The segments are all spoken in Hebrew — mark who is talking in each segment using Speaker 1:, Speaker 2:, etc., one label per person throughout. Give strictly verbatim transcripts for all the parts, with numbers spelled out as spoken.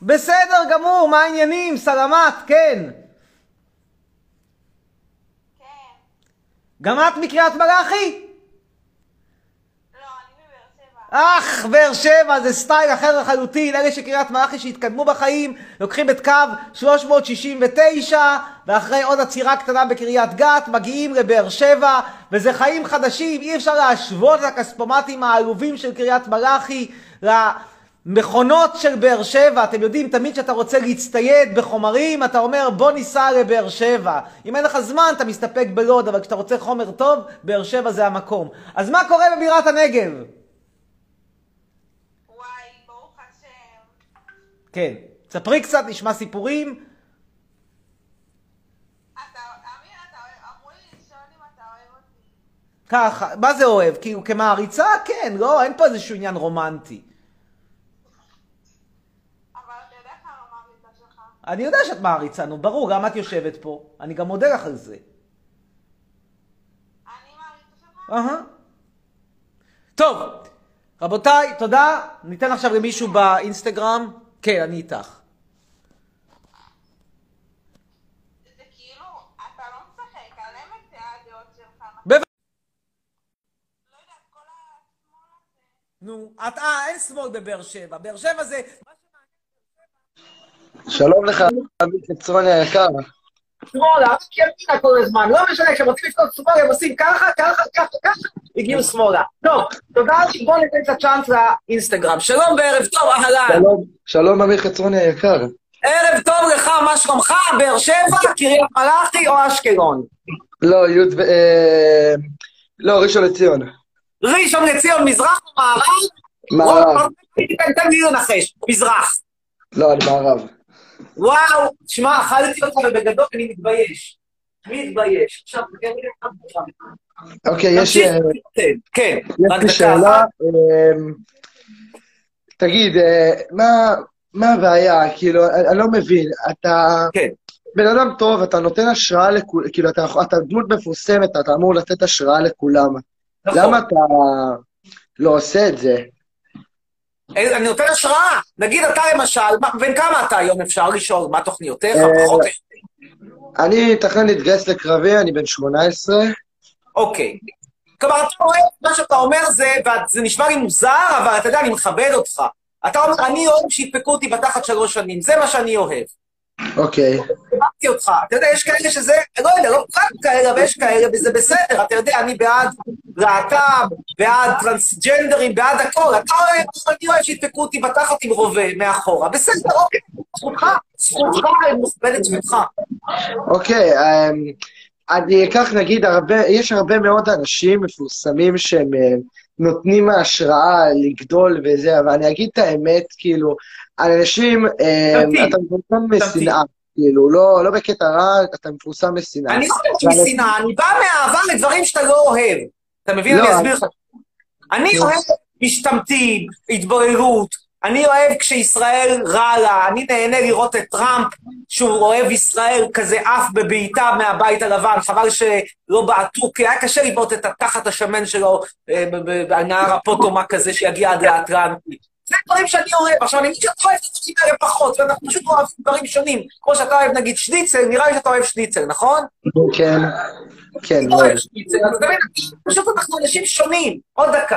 Speaker 1: בסדר גמור, מה העניינים? סלמת, כן.
Speaker 2: כן.
Speaker 1: גם את מקריית מלאכי?
Speaker 2: לא, אני מבאר שבע.
Speaker 1: אך, באר שבע זה סטייל אחר לחלוטין. אלה שקריית מלאכי שהתקדמו בחיים, לוקחים את קו שלוש מאות שישים ותשע, ואחרי עוד עצירה קטנה בקריית גת, מגיעים לבאר שבע, וזה חיים חדשים. אי אפשר להשוות את הכספומטים העלובים של קריית מלאכי למכונות של באר שבע. אתם יודעים, תמיד שאתה רוצה להצטייד בחומרים, אתה אומר בוא ניסע לבאר שבע. אם אין לך זמן, אתה מסתפק בלוד, אבל כשאתה רוצה חומר טוב, באר שבע זה המקום. אז מה קורה בבירת הנגב?
Speaker 2: וואי, ברוך השם.
Speaker 1: כן, ספרי קצת, נשמע סיפורים.
Speaker 2: אתה, אמיר, אתה אוהב, אמרו לי לשאול אם אתה אוהב אותי.
Speaker 1: ככה, מה זה אוהב? כאילו כמעריצה? כן, לא, אין פה איזשהו עניין רומנטי.
Speaker 2: אבל אתה יודע איך הרומנטיקה שלך?
Speaker 1: אני יודע שאת מעריצה, נו, ברור, גם את יושבת פה. אני גם מודה לך על זה.
Speaker 2: אני מעריצה שלך?
Speaker 1: אהה. טוב, רבותיי, תודה. ניתן עכשיו למישהו באינסטגרם. כן, אני איתך.
Speaker 2: זה כאילו, אתה לא משחק, על אמת הדעות שלך.
Speaker 1: בב...
Speaker 2: לא יודעת, כל השמאל הזה.
Speaker 1: נו, את, אה, אין שמאל בבאר שבע. באר שבע זה...
Speaker 3: שלום לך, עמית חצרוני היקר.
Speaker 1: שמאלה, רק ימינה כל הזמן, לא משנה, כשרוצים לפנות שמאלה, הם עושים ככה, ככה, ככה, ככה, הגיעו שמאלה. טוב, תודה, בואו ניתן קצת צ'אנס לאינסטגרם. שלום וערב טוב, אהלן.
Speaker 3: שלום, שלום עמית חצרוני היקר.
Speaker 1: ערב טוב לך, מה שלומך? באר שבע, קריית מלאכי או אשקלון?
Speaker 3: לא, י' ו... אה, לא, ראשון לציון.
Speaker 1: ראשון לציון, מזרח או מערב?
Speaker 3: מערב.
Speaker 1: תן לי לנחש, מזרח.
Speaker 3: לא, אני מערב.
Speaker 1: וואו, תשמע, אכלתי אותך ובגדול אני מתבייש. מתבייש. עכשיו, תקן לי את
Speaker 3: אוקיי, יש לי...
Speaker 1: כן,
Speaker 3: יש
Speaker 1: רק
Speaker 3: לי
Speaker 1: דקה
Speaker 3: שאלה.
Speaker 1: אחת.
Speaker 3: אה, תגיד, אה, מה... מה הבעיה? כאילו, אני אני לא מבין. אתה...
Speaker 1: כן.
Speaker 3: בן אדם טוב, אתה נותן השראה לכולם, כאילו, אתה, אתה דמות מפורסמת, אתה אמור לתת השראה לכולם.
Speaker 1: נכון.
Speaker 3: למה אתה לא עושה את זה?
Speaker 1: אני נותן השראה. נגיד אתה למשל, בן כמה אתה היום אפשר לשאול? מה תוכניותיך?
Speaker 3: אה,
Speaker 1: פחות?
Speaker 3: אני אתכנן להתגייס לקרבי, אני בן שמונה עשרה.
Speaker 1: אוקיי. כלומר, אתה אוהב, מה שאתה אומר זה, וזה נשמע לי מוזר, אבל אתה יודע, אני מכבד אותך. אתה אומר, אני אוהב שידפקו אותי בתחת שלוש שנים, זה מה שאני אוהב.
Speaker 3: אוקיי.
Speaker 1: אמרתי אותך, אתה יודע, יש כאלה שזה, לא יודע, לא רק כאלה, אבל יש כאלה, וזה בסדר, אתה יודע, אני בעד להט"ב, בעד טרנסג'נדרים, בעד הכל, אתה אוהב, אני אוהב שידפקו אותי בתחת עם רובה מאחורה, בסדר, אוקיי, זכותך, זכותך, מוכבדת זכותך.
Speaker 3: אוקיי, אמ, אני אקח נגיד הרבה, יש הרבה מאוד אנשים מפורסמים שהם אה, נותנים השראה לגדול וזה, אבל אני אגיד את האמת, כאילו, אנשים, אה,
Speaker 1: תמתין,
Speaker 3: אתה מפורסם
Speaker 1: תמתין.
Speaker 3: משנאה, כאילו, לא, לא בקטע רע, אתה מפורסם משנאה.
Speaker 1: אני לא חושבת משנאה, אני בא מאהבה לדברים שאתה לא אוהב. אתה מבין?
Speaker 3: לא,
Speaker 1: אני אסביר לך. אני אוהב משתמטים, התבוללות, אני אוהב כשישראל רע לה, אני נהנה לראות את טראמפ שהוא אוהב ישראל כזה אף בבעיטה מהבית הלבן, חבל שלא בעטו, כי היה קשה לבעוט את התחת השמן שלו על נהר הפוטומק כזה שיגיע עד לאטלנטי. זה דברים שאני אוהב. עכשיו, אני מבין שאתה אוהב את הדברים האלה פחות, ואנחנו פשוט אוהבים דברים שונים. כמו שאתה אוהב נגיד שניצל, נראה לי שאתה אוהב שניצל, נכון?
Speaker 3: כן, כן,
Speaker 1: אני לא אוהב שניצל, אז אתה מבין, פשוט אנחנו אנשים שונים. עוד דקה.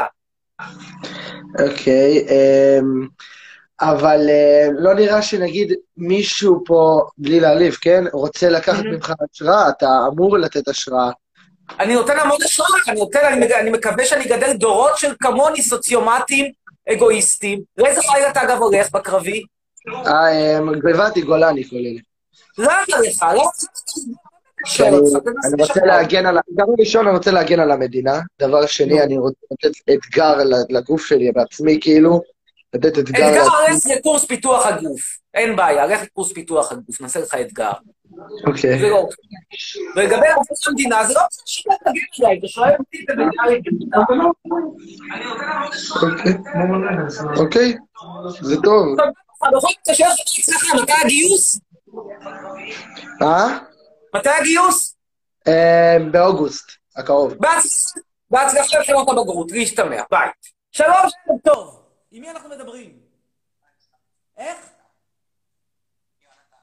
Speaker 3: אוקיי, אמ, אבל אה, לא נראה שנגיד מישהו פה, בלי להעליב, כן, רוצה לקחת ממך השראה, אתה אמור לתת השראה.
Speaker 1: אני נותן המון השראה, אני נותן, אני, מג- אני מקווה שאני אגדל דורות של כמוני סוציומטים אגואיסטים. לאיזה חיל אתה אגב הולך בקרבי?
Speaker 3: אה, אמ, גבעתי גולני כולל.
Speaker 1: למה לך? לא שואל
Speaker 3: שאני
Speaker 1: אותך, תנסה
Speaker 3: אני רוצה
Speaker 1: לשכנע.
Speaker 3: להגן על, ה- דבר ראשון אני רוצה להגן על המדינה, דבר שני אני רוצה לתת אתגר ל- לגוף שלי בעצמי, כאילו, לתת אתגר
Speaker 1: אתגר,
Speaker 3: לעצמי.
Speaker 1: לך לקורס פיתוח הגוף. אין בעיה, לך לקורס פיתוח הגוף, נעשה לך אתגר.
Speaker 3: אוקיי,
Speaker 1: זה לא. ולגבי ערוץ המדינה, זה לא צריך שאתה תגיד לי, אתה שואל אותי במדינה למדינה. אני נותן המון השראה.
Speaker 3: אוקיי, אוקיי, זה טוב.
Speaker 1: בכל זאת, השאלה שלך אצלך, מתי הגיוס?
Speaker 3: אה?
Speaker 1: מתי הגיוס?
Speaker 3: אה, באוגוסט, הקרוב.
Speaker 1: בהצלחה, בהצלחה בבחינות הבגרות, להשתמע, ביי. שלום, שלום טוב. עם מי אנחנו מדברים? איך?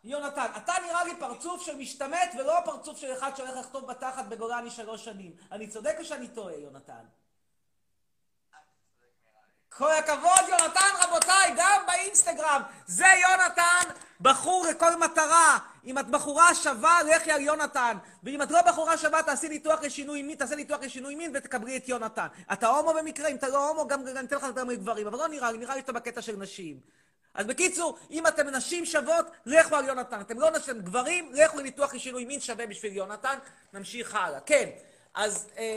Speaker 1: יונתן, אתה נראה לי פרצוף של משתמט ולא פרצוף של אחד שהולך לכתוב בתחת בגולני שלוש שנים. אני צודק או שאני טועה, יונתן? כל הכבוד, יונתן, רבותיי, גם באינסטגרם. זה יונתן, בחור לכל מטרה. אם את בחורה שווה, לכי על יונתן. ואם את לא בחורה שווה, תעשי ניתוח לשינוי מין, תעשי ניתוח לשינוי מין ותקבלי את יונתן. אתה הומו במקרה? אם אתה לא הומו, גם אני אתן לך יותר מגברים, אבל לא נראה לי, נראה לי שאתה בקטע של נשים. אז בקיצור, אם אתם נשים שוות, לכו על יונתן. אתם לא נשים גברים, לכו לניתוח לשינוי מין שווה בשביל יונתן. נמשיך הלאה. כן, אז... אה,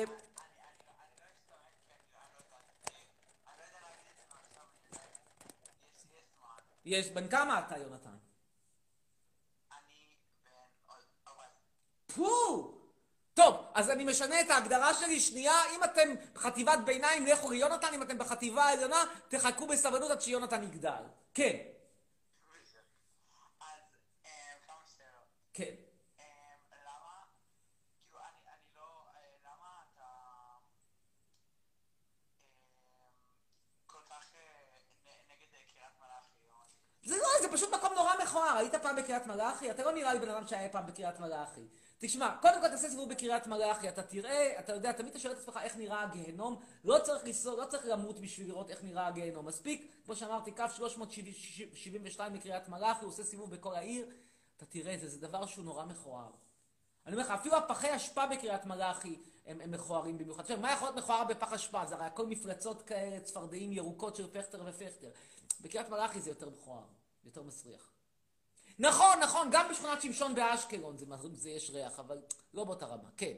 Speaker 1: יש, בן כמה אתה, יונתן?
Speaker 2: אני בן ארבע.
Speaker 1: פו! טוב, אז אני משנה את ההגדרה שלי. שנייה, אם אתם בחטיבת ביניים, לכו ליונתן, אם אתם בחטיבה העליונה, תחכו בסבלנות עד שיונתן יגדל. כן.
Speaker 2: אז כמה שאלות.
Speaker 1: כן.
Speaker 2: למה, כאילו, אני אני לא, למה אתה כל כך נגד קריית מלאכי?
Speaker 1: זה לא, זה פשוט מקום נורא מכוער. היית פעם בקריית מלאכי? אתה לא נראה לי בן אדם שהיה פעם בקריית מלאכי. תשמע, קודם כל תעשה סיבוב בקריית מלאכי, אתה תראה, אתה יודע, תמיד אתה שואל את עצמך איך נראה הגיהנום, לא צריך לסור, לא צריך למות בשביל לראות איך נראה הגיהנום. מספיק, כמו שאמרתי, קו שלוש מאות שבעים ושתיים מקריית מלאכי, הוא עושה סיבוב בכל העיר, אתה תראה את זה, זה דבר שהוא נורא מכוער. אני אומר לך, אפילו הפחי אשפה בקריית מלאכי הם, הם מכוערים במיוחד. עכשיו, מה יכול להיות מכוער בפח אשפה? זה הרי הכל מפלצות כאלה, צפרדעים ירוקות של פכטר ופכטר. בקריית מלאכי זה יותר מכוער, יותר מסריח. נכון, נכון, גם בשכונת שמשון באשקלון זה, זה יש ריח, אבל לא באותה רמה, כן.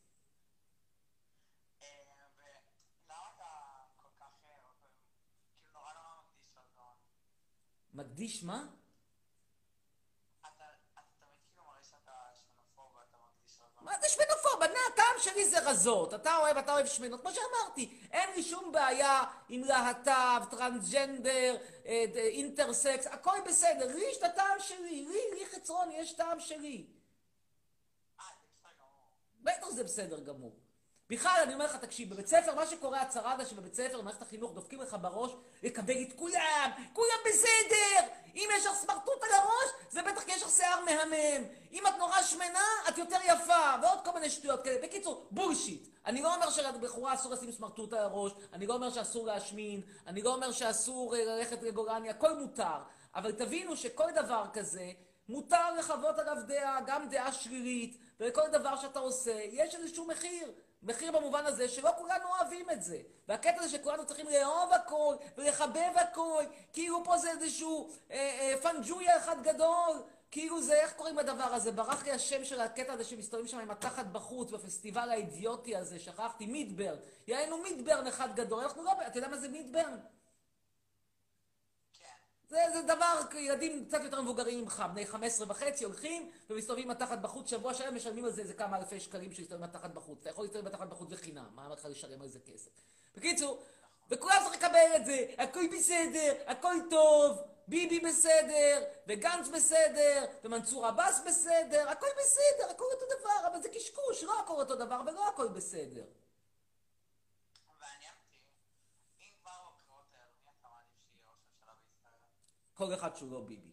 Speaker 2: ולמה אתה כל כך, כאילו נורא נורא מקדיש לזון?
Speaker 1: מקדיש מה?
Speaker 2: אתה תמיד כאילו מראה שאתה שמנופוב ואתה מקדיש לזון.
Speaker 1: מה זה שמנופוב? אני, הטעם שלי זה רזות. אתה אוהב, אתה אוהב שמנות. כמו שאמרתי, אין לי שום בעיה עם להט"ב, טרנסג'נדר, אינטרסקס, הכל בסדר. לי יש את הטעם שלי. לי, לי חצרון, יש טעם שלי.
Speaker 2: אה, זה בסדר גמור.
Speaker 1: בטח זה בסדר גמור. בכלל, אני אומר לך, תקשיב, בבית ספר, מה שקורה הצרה זה שבבית ספר, במערכת החינוך, דופקים לך בראש, לקבל את כולם, כולם בסדר! אם יש לך סמרטוט על הראש, זה בטח כי יש לך שיער מהמם. אם את נורא שמנה, את יותר יפה, ועוד כל מיני שטויות כאלה. בקיצור, בולשיט. אני לא אומר שלבחורה אסור לשים סמרטוט על הראש, אני לא אומר שאסור להשמין, אני לא אומר שאסור ללכת לגולני, הכל מותר. אבל תבינו שכל דבר כזה, מותר לחוות עליו דעה, גם דעה שלילית, ולכל דבר שאתה עושה, יש איזשהו מחיר. מחיר במובן הזה שלא כולנו אוהבים את זה. והקטע הזה שכולנו צריכים לאהוב הכל ולחבב הכל, כאילו פה זה איזשהו אה, אה, פנג'ויה אחד גדול. כאילו זה, איך קוראים לדבר הזה? ברח לי השם של הקטע הזה שמסתובבים שם עם התחת בחוץ בפסטיבל האידיוטי הזה, שכחתי, מידברן. יענו מידברן אחד גדול. אנחנו לא, אתה יודע מה זה מידברן? זה, זה דבר, ילדים קצת יותר מבוגרים ממך, בני חמש עשרה וחצי, הולכים ומסתובבים מתחת בחוץ, שבוע שלהם משלמים על זה איזה כמה אלפי שקלים שמסתובבים מתחת בחוץ. אתה יכול להסתובב מתחת בחוץ בחינם, מה אמר לך לשלם על זה כסף? בקיצור, וכולם צריך לקבל את זה, הכל בסדר, הכל טוב, ביבי בסדר, וגנץ בסדר, ומנסור עבאס בסדר, הכל בסדר, הכל אותו דבר, אבל זה קשקוש, לא הכל אותו דבר ולא הכל בסדר. כל אחד שהוא לא ביבי.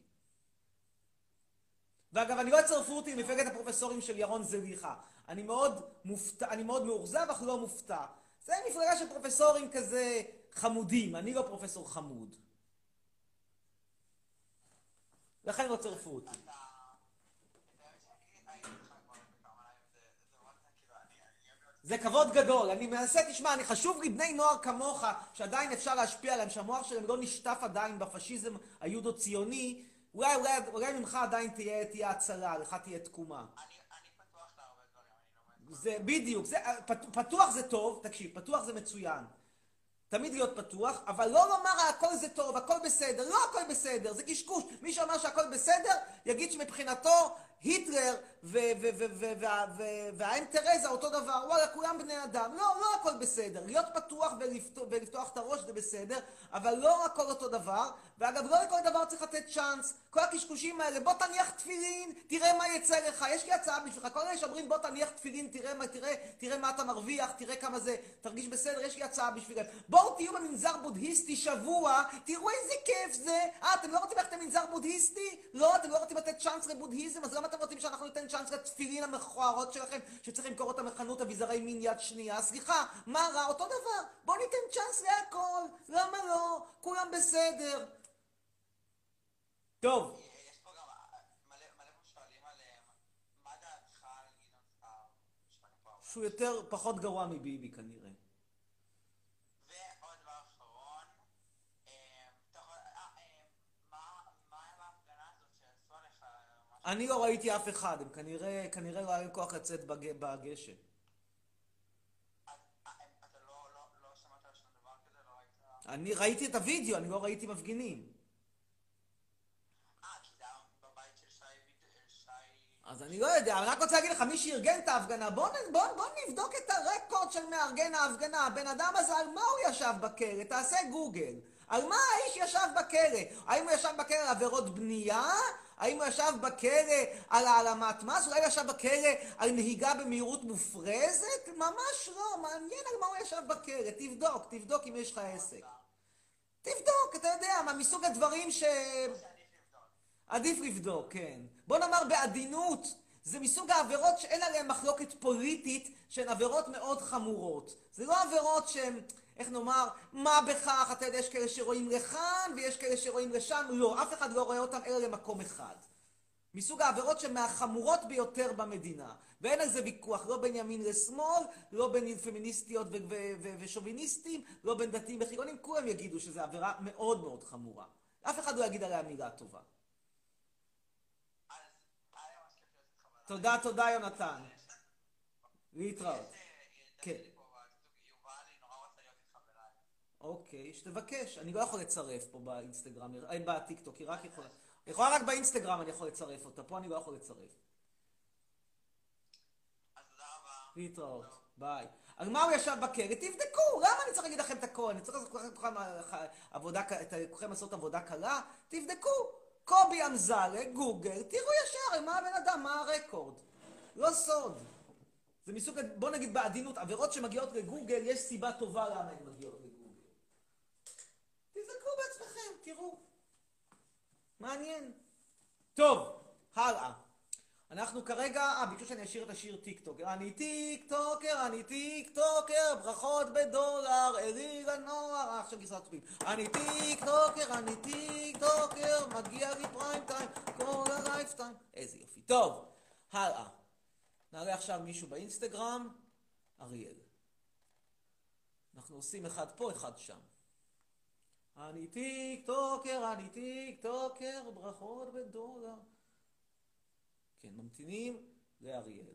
Speaker 1: ואגב, אני לא יצרפו אותי למפלגת הפרופסורים של ירון זליכה. אני מאוד מופתע, אני מאוד מאוכזב, אך לא מופתע. זה מפלגה של פרופסורים כזה חמודים, אני לא פרופסור חמוד. לכן לא צרפו אותי. זה כבוד גדול, אני מנסה, תשמע, אני חשוב לי בני נוער כמוך, שעדיין אפשר להשפיע עליהם, שהמוח שלהם לא נשטף עדיין בפשיזם היהודו-ציוני, אולי, אולי, אולי ממך עדיין תהיה, תהיה הצלה, לך תהיה תקומה.
Speaker 2: אני, אני פתוח להרבה דברים, אני לומד.
Speaker 1: זה, בדיוק, זה, פתוח זה טוב, תקשיב, פתוח זה מצוין. תמיד להיות פתוח, אבל לא לומר הכל זה טוב, הכל בסדר, לא הכל בסדר, זה קשקוש. מי שאומר שהכל בסדר, יגיד שמבחינתו היטלר והאם תרזה אותו דבר, וואלה, כולם בני אדם. לא, לא הכל בסדר. להיות פתוח ולפתוח את הראש זה בסדר, אבל לא הכל אותו דבר. ואגב, לא לכל דבר צריך לתת צ'אנס. כל הקשקושים האלה, בוא תניח תפילין, תראה מה יצא לך. יש לי הצעה בשבילך. כל אלה שאומרים בוא תניח תפילין, תראה מה, תראה, תראה מה אתה מרוויח, תראה כמה זה, תרגיש בסדר, יש לי הצעה בשבילם. בואו תהיו במנזר בודהיסטי שבוע, תראו איזה כיף. כיף זה. אה, אתם לא רוצים ללכת למנזר בודהיסטי? לא, אתם לא רוצים לתת צ'אנס לבודהיזם? אז למה אתם רוצים שאנחנו ניתן צ'אנס לתפילין המכוערות שלכם, שצריכים למכור אותם לחנות אביזרי מין יד שנייה? סליחה, מה רע? אותו דבר. בואו ניתן צ'אנס להכל. למה לא? כולם בסדר. טוב.
Speaker 2: יש פה גם מלא מלא פה שואלים עליהם, מה דעתך על גדעון סער? שמענו פה הרבה.
Speaker 1: שהוא יותר, פחות גרוע מביבי כנראה.
Speaker 2: ועוד דבר אחרון, אה, אתה יכול- אה, אה, מה מה עם ההפגנה הזאת שעשו עליך? משהו?
Speaker 1: אני לא ראיתי אף אחד, הם כנראה, כנראה לא היה להם כוח לצאת בג- בגשם.
Speaker 2: אה, אה, אתה לא לא לא שמעת על שום דבר כזה? לא ראית?
Speaker 1: אני ראיתי את הוידאו, אני לא ראיתי מפגינים.
Speaker 2: אה, כי זה היה בבית של שי ויט- שי...
Speaker 1: אז אני לא יודע, אני רק רוצה להגיד לך, מי שארגן את ההפגנה, בוא, נ- בוא, בוא נבדוק את הרקורד של מארגן ההפגנה. הבן אדם הזה, על מה הוא ישב בכלא? תעשה גוגל. על מה האיש ישב בכלא? האם הוא ישב בכלא על עבירות בנייה? האם הוא ישב בכלא על העלמת מס? אולי הוא ישב בכלא על נהיגה במהירות מופרזת? ממש לא, מעניין על מה הוא ישב בכלא. תבדוק, תבדוק אם יש לך עסק. תבדוק, אתה יודע, מה מסוג הדברים ש... עדיף לבדוק, כן. בוא נאמר בעדינות, זה מסוג העבירות שאין עליהן מחלוקת פוליטית, שהן עבירות מאוד חמורות. זה לא עבירות שהן, איך נאמר, מה בכך, אתה יודע, יש כאלה שרואים לכאן ויש כאלה שרואים לשם, לא, אף אחד לא רואה אותם אלא למקום אחד. מסוג העבירות שהן מהחמורות ביותר במדינה. ואין על זה ויכוח, לא בין ימין לשמאל, לא בין פמיניסטיות ו- ו- ו- ושוביניסטים, לא בין דתיים וחילונים, כולם יגידו שזו עבירה מאוד מאוד חמורה. אף אחד לא יגיד עליה מילה טובה.
Speaker 2: אז היה ממש כיף להיות איתך בלילה.
Speaker 1: תודה, תודה, יונתן. להתראות. כן.
Speaker 2: דוד לי פה בטיקטוק, יובל, היא נורא רוצה להיות איתך בלילה.
Speaker 1: אוקיי, שתבקש. אני לא יכול לצרף פה באינסטגרם, אה, בטיקטוק, היא רק יכולה... היא יכולה רק באינסטגרם, אני יכול לצרף אותה. פה אני לא יכול לצרף.
Speaker 2: אז תודה רבה.
Speaker 1: להתראות. ביי. על מה הוא ישב בכלא? תבדקו. למה אני צריך להגיד לכם את הכל? אני צריך לעשות לכם עבודה, כולכם לעשות עבודה קלה? תבדקו. קובי אמזלג, גוגל, תראו ישר על מה הבן אדם, מה הרקורד. לא סוד. זה מסוג, בוא נגיד בעדינות, עבירות שמגיעות לגוגל, יש סיבה טובה למה הן מגיעות לגוגל. תבדקו בעצמכם, תראו. מעניין. טוב, הלאה. אנחנו כרגע, אה, ביקשו שאני אשאיר את השיר טיקטוקר. אני טיקטוקר, אני טיקטוקר, ברכות בדולר, אליל הנוער, אה, עכשיו גזרת צופים. אני טיקטוקר, אני טיקטוקר, מגיע לי פריים טיים, כל הלייפטיים. איזה יופי. טוב, הלאה. נעלה עכשיו מישהו באינסטגרם, אריאל. אנחנו עושים אחד פה, אחד שם. אני טיקטוקר, אני טיקטוקר, ברכות בדולר. כן, ממתינים לאריאל.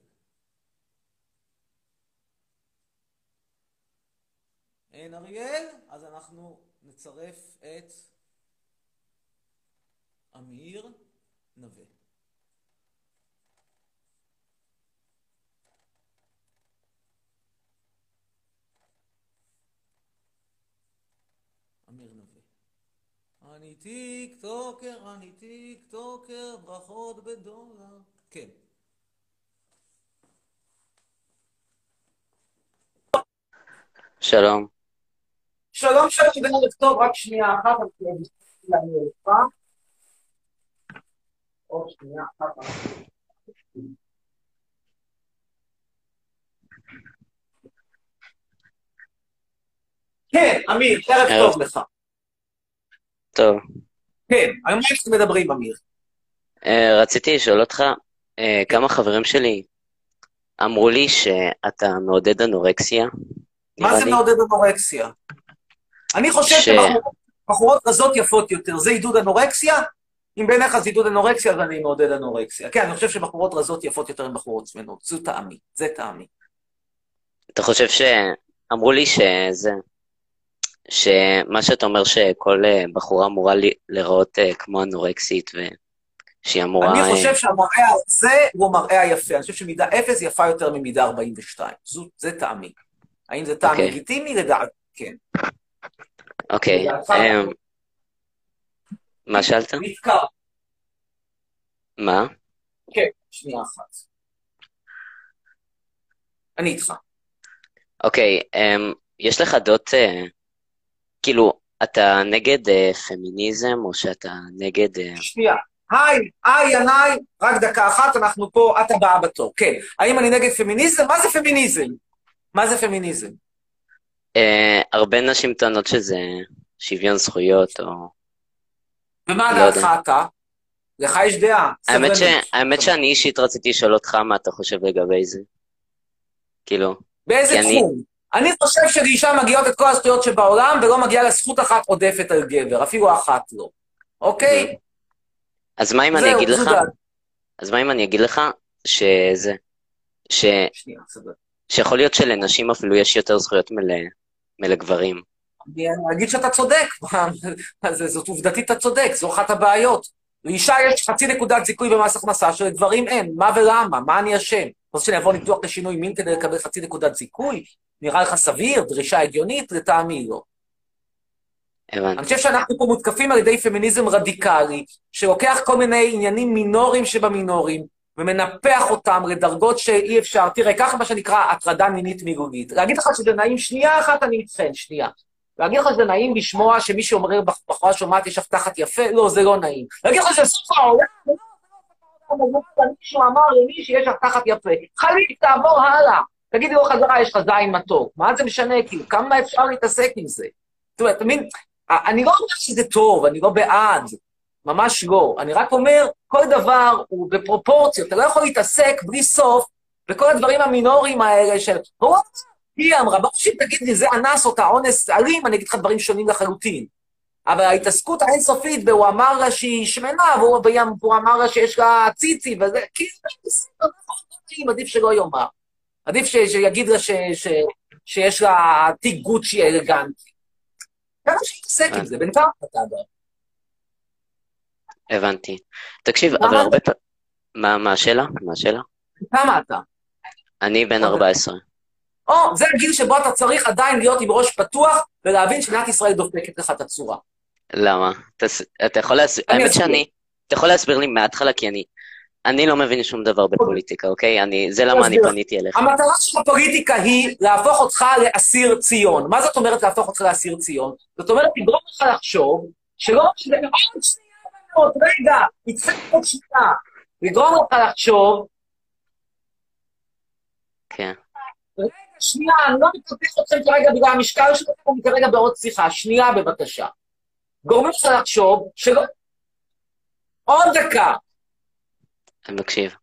Speaker 1: אין אריאל, אז אנחנו נצרף את אמיר נווה. אמיר נווה. אני טיקטוקר, אני טיקטוקר, ברכות בדולר. כן.
Speaker 4: שלום.
Speaker 1: שלום שלום, בערב טוב, רק שנייה אחת, אני אגיד לנו לך. עוד שנייה אחת. כן, אמיר, ערב
Speaker 4: ערב.
Speaker 1: טוב לך.
Speaker 4: טוב.
Speaker 1: כן, על מה שאתם מדברים, אמיר?
Speaker 4: אה, רציתי לשאול אותך, אה, כמה חברים שלי אמרו לי שאתה מעודד אנורקסיה.
Speaker 1: מה
Speaker 4: נראה
Speaker 1: זה
Speaker 4: לי.
Speaker 1: מעודד אנורקסיה? אני חושב
Speaker 4: ש-
Speaker 1: שבחורות רזות יפות יותר, זה עידוד אנורקסיה? אם בעיניך זה עידוד אנורקסיה, אז אני מעודד אנורקסיה. כן, אני חושב שבחורות רזות יפות יותר מבחורות שמנות. זו טעמי, זה טעמי.
Speaker 4: אתה חושב שאמרו לי שזה, שמה שאתה אומר שכל אה, בחורה אמורה לי- להיראות אה, כמו אנורקסית ושהיא אמורה...
Speaker 1: אני
Speaker 4: אה,
Speaker 1: חושב שהמראה הזה הוא המראה היפה. אני חושב שמידה אפס יפה יותר ממידה ארבעים ושתיים. זו, זה טעמי. האם זה טעם
Speaker 4: אוקיי.
Speaker 1: לגיטימי? לדעת, כן.
Speaker 4: אוקיי.
Speaker 1: לדעתך,
Speaker 4: אה, מה שאלת?
Speaker 1: נתקע.
Speaker 4: מה?
Speaker 1: כן, שנייה אחת. אני איתך.
Speaker 4: אוקיי. אה, יש לך דעות, אה, כאילו, אתה נגד אה, פמיניזם, או שאתה נגד... אה,
Speaker 1: שנייה. היי, היי, ינאי, רק דקה אחת, אנחנו פה, את הבאה בתור. כן. האם אני נגד פמיניזם? מה זה פמיניזם? מה זה פמיניזם?
Speaker 4: אה, הרבה נשים טוענות שזה שוויון זכויות, או...
Speaker 1: ומה
Speaker 4: לא יודע.
Speaker 1: דעתך אתה? לך יש דעה.
Speaker 4: האמת, ש...
Speaker 1: סבלנות.
Speaker 4: האמת שאני אישית רציתי לשאול אותך מה אתה חושב לגבי זה. כאילו,
Speaker 1: באיזה
Speaker 4: כי אני...
Speaker 1: תחום? אני חושב שלאישה מגיעות את כל הזכויות שבעולם, ולא מגיעה לה זכות אחת עודפת על גבר, אפילו אחת לא. אוקיי?
Speaker 4: אז מה אם אני
Speaker 1: זהו,
Speaker 4: אגיד
Speaker 1: זו
Speaker 4: לך?
Speaker 1: דעת.
Speaker 4: אז מה אם אני אגיד לך שזה... ש...
Speaker 1: שנייה, סבלנות.
Speaker 4: שיכול להיות שלנשים אפילו יש יותר זכויות מל... מלגברים.
Speaker 1: אני אני אגיד שאתה צודק, אז זאת עובדתית אתה צודק, זו אחת הבעיות. לאישה יש חצי נקודת זיכוי במס הכנסה, שלגברים אין, מה ולמה, מה אני אשם? אתה רוצה שאני אעבור ניתוח לשינוי מין כדי לקבל חצי נקודת זיכוי? נראה לך סביר, דרישה הגיונית, לטעמי לא.
Speaker 4: הבנתי.
Speaker 1: אני חושב שאנחנו פה מותקפים על ידי פמיניזם רדיקלי, שלוקח כל מיני עניינים מינוריים שבמינוריים, ומנפח אותם לדרגות שאי אפשר. תראה, ככה מה שנקרא הטרדה מינית מילולית. להגיד לך שזה נעים, שנייה אחת אני איתכן, שנייה. להגיד לך שזה נעים לשמוע שמי שאומר בחורה שומעת יש לך תחת יפה, לא, זה לא נעים. להגיד לך שזה סוף העולם, לא, זה לא סוף העולם, מישהו אמר למי שיש לך תחת יפה. חליק, תעבור הלאה. תגידי לו חזרה, יש לך זין מתוק. מה זה משנה, כאילו, כמה אפשר להתעסק עם זה? זאת אומרת, אתה מבין, אני לא אומר שזה טוב, אני לא בעד, ממש לא. אני רק אומר, כל דבר הוא בפרופורציות, אתה לא יכול להתעסק בלי סוף בכל הדברים המינוריים האלה של, היא אמרה, ברור שאם תגיד לי, זה אנס אותה, אונס אלים, אני אגיד לך דברים שונים לחלוטין. אבל ההתעסקות האינסופית, והוא אמר לה שהיא שמנה, והוא, והוא אמר לה שיש לה ציצי, וזה, כאילו, עדיף שלא יאמר. עדיף ש, שיגיד לה ש, ש, שיש לה תיק גוצ'י אלגנטי. כמה שיתעסק עם זה, בינתיים אתה אגב.
Speaker 4: הבנתי. תקשיב, אבל הרבה פעמים... מה, מה השאלה? מה השאלה?
Speaker 1: כמה אתה?
Speaker 4: אני בן ארבע עשרה.
Speaker 1: או, זה הגיל שבו אתה צריך עדיין להיות עם ראש פתוח, ולהבין שמדינת ישראל דופקת לך את הצורה.
Speaker 4: למה? אתה יכול להסביר... האמת שאני... אתה יכול להסביר לי מההתחלה, כי אני... אני לא מבין שום דבר בפוליטיקה, אוקיי? אני... זה למה אני פניתי אליך.
Speaker 1: המטרה של הפוליטיקה היא להפוך אותך לאסיר ציון. מה זאת אומרת להפוך אותך לאסיר ציון? זאת אומרת, תגרום לך לחשוב, שלא... שזה עוד שנייה, רגע, יצא עוד שנייה. לגרום לך לחשוב...
Speaker 4: כן.
Speaker 1: רגע, שנייה, אני לא מתפתח אתכם כרגע בגלל המשקל שלכם, אני כרגע בעוד שיחה. שנייה בבקשה. גורמים לך לחשוב שלא... עוד דקה.
Speaker 4: אני מקשיב.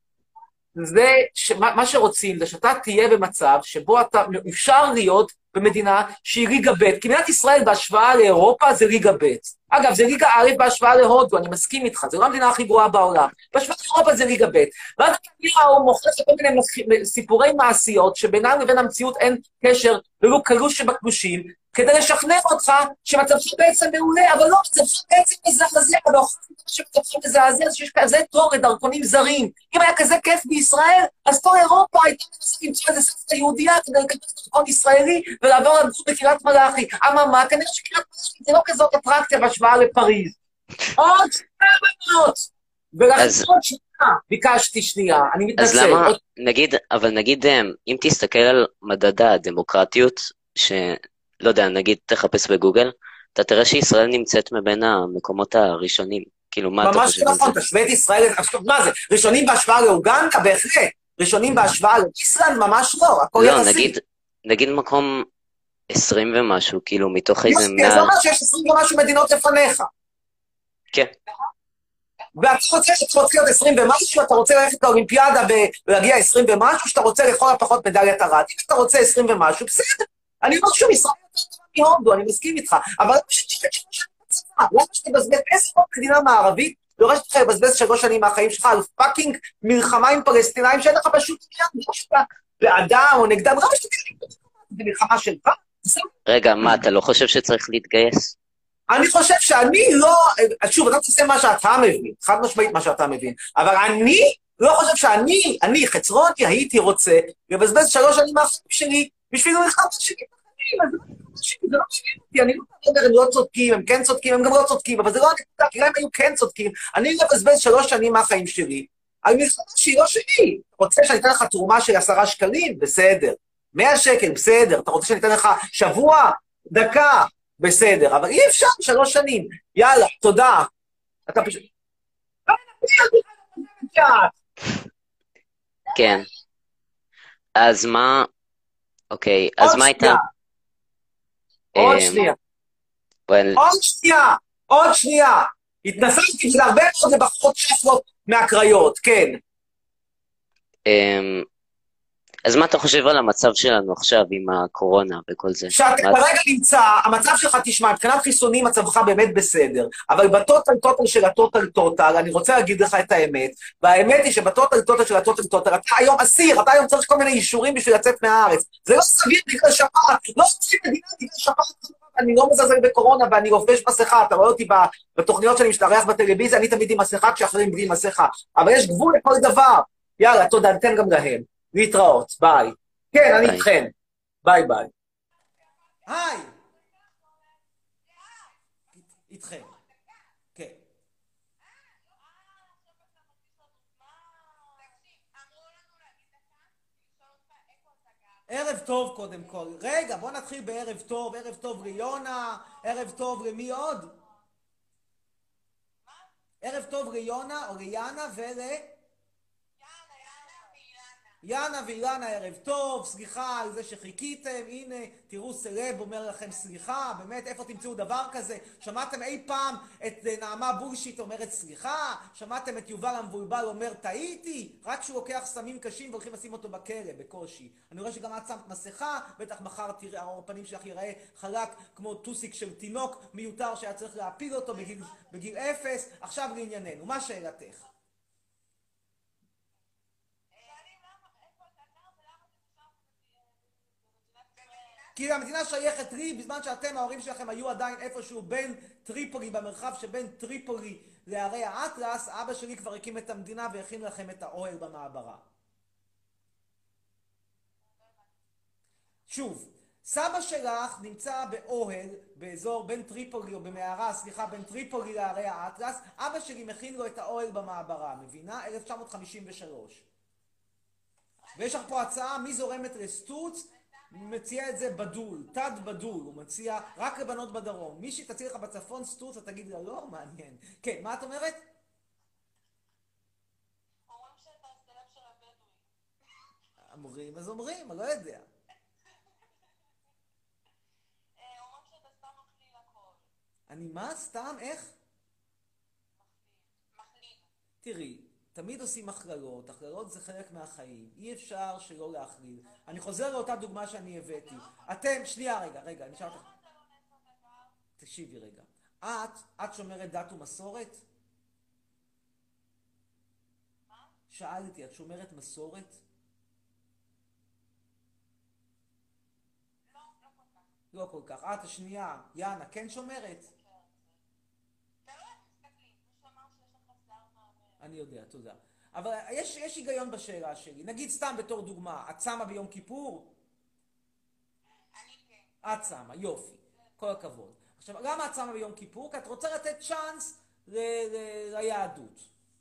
Speaker 1: זה, ש... מה שרוצים זה שאתה תהיה במצב שבו אתה אפשר להיות במדינה שהיא ליגה ב', כי מדינת ישראל בהשוואה לאירופה זה ליגה ב'. אגב, זה ליגה א' בהשוואה להודו, אני מסכים איתך, זה לא המדינה הכי גרועה בעולם. בהשוואה לאירופה זה ליגה ב'. ואז כנראה הוא מוכר כל מיני סיפורי מעשיות שבינם לבין המציאות אין קשר, ולו קלוש שבקלושים, כדי לשכנע אותך שמצבך בעצם מעולה, אבל לא, מצבך בעצם מזעזע, אבל לא שמצבך מזעזע, שיש כזה תור לדרכונים זרים. אם היה כזה כיף בישראל, אז כל אירופה הייתה מנסה למצוא איזה סבתא יהודייה כדי לקבל דרכון ישראלי ולעבור לגור בקריית מלאכי. אממה, כנראה שקריית מלאכי זה לא כזאת אטרקציה בהשוואה לפריז. עוד שנייה בנות! ולכן עוד שנייה, ביקשתי שנייה, אני מתנצל.
Speaker 4: אז למה, נגיד, אבל נגיד, אם תסתכל על מדד הדמוקרטיות, ש... לא יודע, נגיד תחפש בגוגל, אתה תראה שישראל נמצאת מבין המקומות הראשונים. כאילו, מה אתה חושב?
Speaker 1: ממש נכון, תשווה את ישראל, מה זה, ראשונים בהשוואה לאוגנדה? בהחלט. ראשונים בהשוואה לאיסלנד? ממש לא, הכל יחסי.
Speaker 4: לא, נגיד, נגיד מקום עשרים ומשהו, כאילו, מתוך איזה מאה...
Speaker 1: זה אומר שיש עשרים ומשהו מדינות לפניך.
Speaker 4: כן.
Speaker 1: ואתה רוצה שאתה רוצה להיות עשרים ומשהו, אתה רוצה ללכת לאולימפיאדה ולהגיע עשרים ומשהו, שאתה רוצה לכל הפחות מדליית ארד. אם אתה רוצה עשרים ומשהו, בסדר. אני אומר שוב, ישראל יותר טובה מהודו, אני מסכים איתך, אבל למה שתשתת שלוש שנים בצבא? למה שתבזבז עשר מדינה מערבית, דורשת אותך לבזבז שלוש שנים מהחיים שלך על פאקינג מלחמה עם פלסטינאים, שאין לך פשוט עניין, לא שאתה בעדם או נגדם, למה שתתחיל זה מלחמה שלך?
Speaker 4: רגע, מה, אתה לא חושב שצריך להתגייס?
Speaker 1: אני חושב שאני לא, שוב, אתה תעשה מה שאתה מבין, חד משמעית מה שאתה מבין, אבל אני לא חושב שאני, אני, חצרוני, הייתי רוצה לבזבז שלוש שנים מהחיים שלי, בשביל מלחמה שלי בחיים, אז זה לא משנה אותי, אני לא אומר, הם לא צודקים, הם כן צודקים, הם גם לא צודקים, אבל זה לא הנקודה, כי הם היו כן צודקים, אני מבזבז שלוש שנים מהחיים שלי, על מלחמה שהיא לא שלי. רוצה שאני אתן לך תרומה של עשרה שקלים? בסדר. מאה שקל? בסדר. אתה רוצה שאני אתן לך שבוע? דקה? בסדר, אבל אי אפשר שלוש שנים. יאללה, תודה. אתה פשוט...
Speaker 4: כן. אז מה... אוקיי, אז
Speaker 1: עוד
Speaker 4: מה הייתה...
Speaker 1: שנייה, עוד
Speaker 4: אמ,
Speaker 1: שנייה,
Speaker 4: well,
Speaker 1: עוד שנייה, עוד שנייה. התנסלתי של הרבה מאוד לבחורות שפות מהקריות, כן.
Speaker 4: אמ, אז מה אתה חושב על המצב שלנו עכשיו עם הקורונה וכל זה?
Speaker 1: שאתה
Speaker 4: מה-
Speaker 1: כרגע נמצא, המצב שלך, תשמע, מבחינת חיסונים מצבך באמת בסדר, אבל בטוטל טוטל של הטוטל טוטל, אני רוצה להגיד לך את האמת, והאמת היא שבטוטל טוטל של הטוטל טוטל, אתה היום אסיר, אתה היום צריך כל מיני אישורים בשביל לצאת מהארץ. זה לא סביר בגלל שפעת, לא עושים מדינה בגלל שפעת, אני לא מזלזל בקורונה ואני לובש מסכה, אתה רואה אותי ב- בתוכניות שאני משתרח בטלוויזיה, אני תמיד עם מסכה כשאחרים בלי מסכה, אבל יש גבול לכל דבר. יאללה, תודה, ניתן גם להם. להתראות, ביי. כן, אני
Speaker 4: ביי.
Speaker 1: איתכם. ביי ביי. היי! איתכם. כן. ערב טוב קודם כל. רגע, בוא נתחיל בערב טוב. ערב טוב ליונה, ערב טוב למי עוד? ערב טוב ליונה או ליאנה ול... יאנה ואילנה, ערב טוב, סליחה על זה שחיכיתם, הנה, תראו סלב אומר לכם סליחה, באמת, איפה תמצאו דבר כזה? שמעתם אי פעם את נעמה בולשיט אומרת סליחה? שמעתם את יובל המבולבל אומר טעיתי? רק כשהוא לוקח סמים קשים והולכים לשים אותו בכלא, בקושי. אני רואה שגם את שמת מסכה, בטח מחר תראה, האור הפנים שלך ייראה חלק כמו טוסיק של תינוק מיותר שהיה צריך להפיל אותו בגיל, בגיל אפס. עכשיו לענייננו, מה שאלתך? כי המדינה שייכת לי, בזמן שאתם, ההורים שלכם, היו עדיין איפשהו בין טריפולי, במרחב שבין טריפולי לערי האטלס, אבא שלי כבר הקים את המדינה והכין לכם את האוהל במעברה. שוב, סבא שלך נמצא באוהל, באזור בין טריפולי, או במערה, סליחה, בין טריפולי לערי האטלס, אבא שלי מכין לו את האוהל במעברה, מבינה? אלף תשע מאות חמישים ושלוש. ויש לך פה הצעה, מי זורמת לסטוץ? הוא מציע את זה בדול, תד בדול, הוא מציע רק לבנות בדרום. מי שתציע לך בצפון סטוץ, אתה תגיד לה, לא, מעניין. כן, מה את אומרת?
Speaker 5: אומרים שאתה הסלב של הבדואים.
Speaker 1: אומרים, אז אומרים, אני לא יודע.
Speaker 5: אומרים שאתה סתם מכליל הכל.
Speaker 1: אני מה? סתם? איך?
Speaker 5: מכליל.
Speaker 1: תראי, תמיד עושים הכללות, הכללות זה חלק מהחיים, אי אפשר שלא להכליל. אני חוזר לאותה דוגמה שאני הבאתי. אתם, שנייה רגע, רגע, אני אשאל אותך. תקשיבי רגע. את, את שומרת דת ומסורת?
Speaker 5: מה?
Speaker 1: שאלתי, את שומרת מסורת?
Speaker 5: לא, לא כל כך.
Speaker 1: לא כל כך. את, השנייה, יאנה, כן שומרת?
Speaker 5: תלוי איך מסתכלים. מישהו אמר שיש לך שיער מהמם.
Speaker 1: אני יודע, תודה. אבל יש, יש היגיון בשאלה שלי. נגיד סתם בתור דוגמה, את שמה ביום כיפור?
Speaker 5: אני כן.
Speaker 1: את שמה, יופי. כל הכבוד. עכשיו, למה את שמה ביום כיפור? כי את רוצה לתת צ'אנס ל- ל- ליהדות.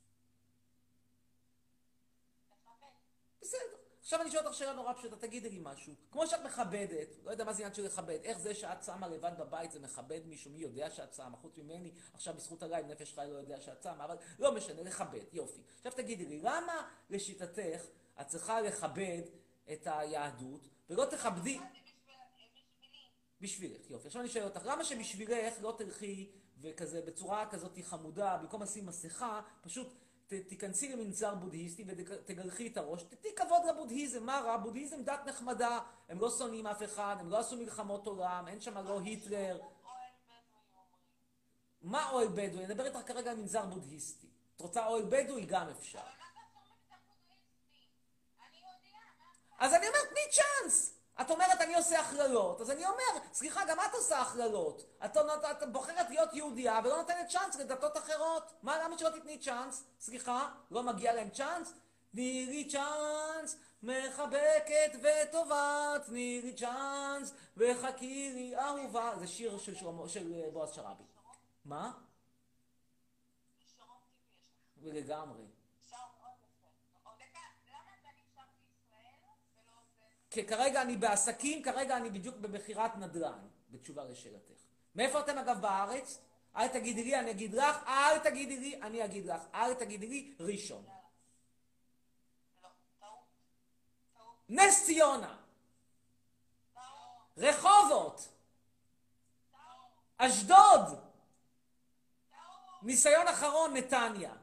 Speaker 5: מכבד.
Speaker 1: בסדר. עכשיו אני שואל אותך שאלה נורא פשוטה, תגידי לי משהו. כמו שאת מכבדת, לא יודע מה זה עניין של לכבד, איך זה שאת שמה לבד בבית זה מכבד מישהו, מי יודע שאת שמה, חוץ ממני, עכשיו בזכות עליי, נפש חי לא יודע שאת שמה, אבל לא משנה, לכבד, יופי. עכשיו תגידי לי, למה לשיטתך את צריכה לכבד את היהדות, ולא תכבדי... בשבילך, יופי. עכשיו אני שואל אותך, למה שבשבילך לא תלכי וכזה, בצורה כזאת חמודה, במקום לשים מסכה, פשוט ת, תיכנסי למנזר בודהיסטי ותגלחי את הראש, תתני כבוד לבודהיזם, מה רע? בודהיזם דת נחמדה, הם לא שונאים אף אחד, הם לא עשו מלחמות עולם, אין שם לא היטלר.
Speaker 5: אוהל בדואי אומרים.
Speaker 1: מה אוהל בדואי? אני מדבר איתך כרגע על מנזר בודהיסטי. את רוצה אוהל בדואי? גם אפשר.
Speaker 5: אבל מה אתה עכשיו מבטח בודהיסטי? אני יהודייה, מה?
Speaker 1: אז אני אומרת, תני צ'אנס! את אומרת, אני עושה הכללות, אז אני אומר, סליחה, גם את עושה הכללות. את, את, את בוחרת להיות יהודייה ולא נותנת צ'אנס לדתות אחרות. מה, למה שלא תתני צ'אנס? סליחה, לא מגיע להם צ'אנס? תני לי צ'אנס, מחבקת וטובה, תני לי צ'אנס, וחכי לי אהובה. זה שיר של, שלמה, של בועז שרעבי. מה?
Speaker 5: שרון טיבי יש לך.
Speaker 1: לגמרי.
Speaker 5: שר מאוד יפה. עוד דקה, למה אתה נשאר בישראל ולא עושה...
Speaker 1: כי כרגע אני בעסקים, כרגע אני בדיוק במכירת נדל"ן, בתשובה לשאלתך. מאיפה אתם אגב בארץ? אל תגידי לי, אני אגיד לך, אל תגידי לי, אני אגיד לך, אל תגידי לי, ראשון.
Speaker 5: לא, טעות. טעות.
Speaker 1: נס ציונה,
Speaker 5: טעות.
Speaker 1: רחובות,
Speaker 5: טעות.
Speaker 1: אשדוד,
Speaker 5: טעות.
Speaker 1: ניסיון אחרון, נתניה.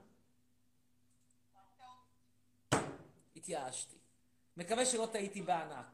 Speaker 5: טעות.
Speaker 1: התייאשתי. מקווה שלא טעיתי בענק.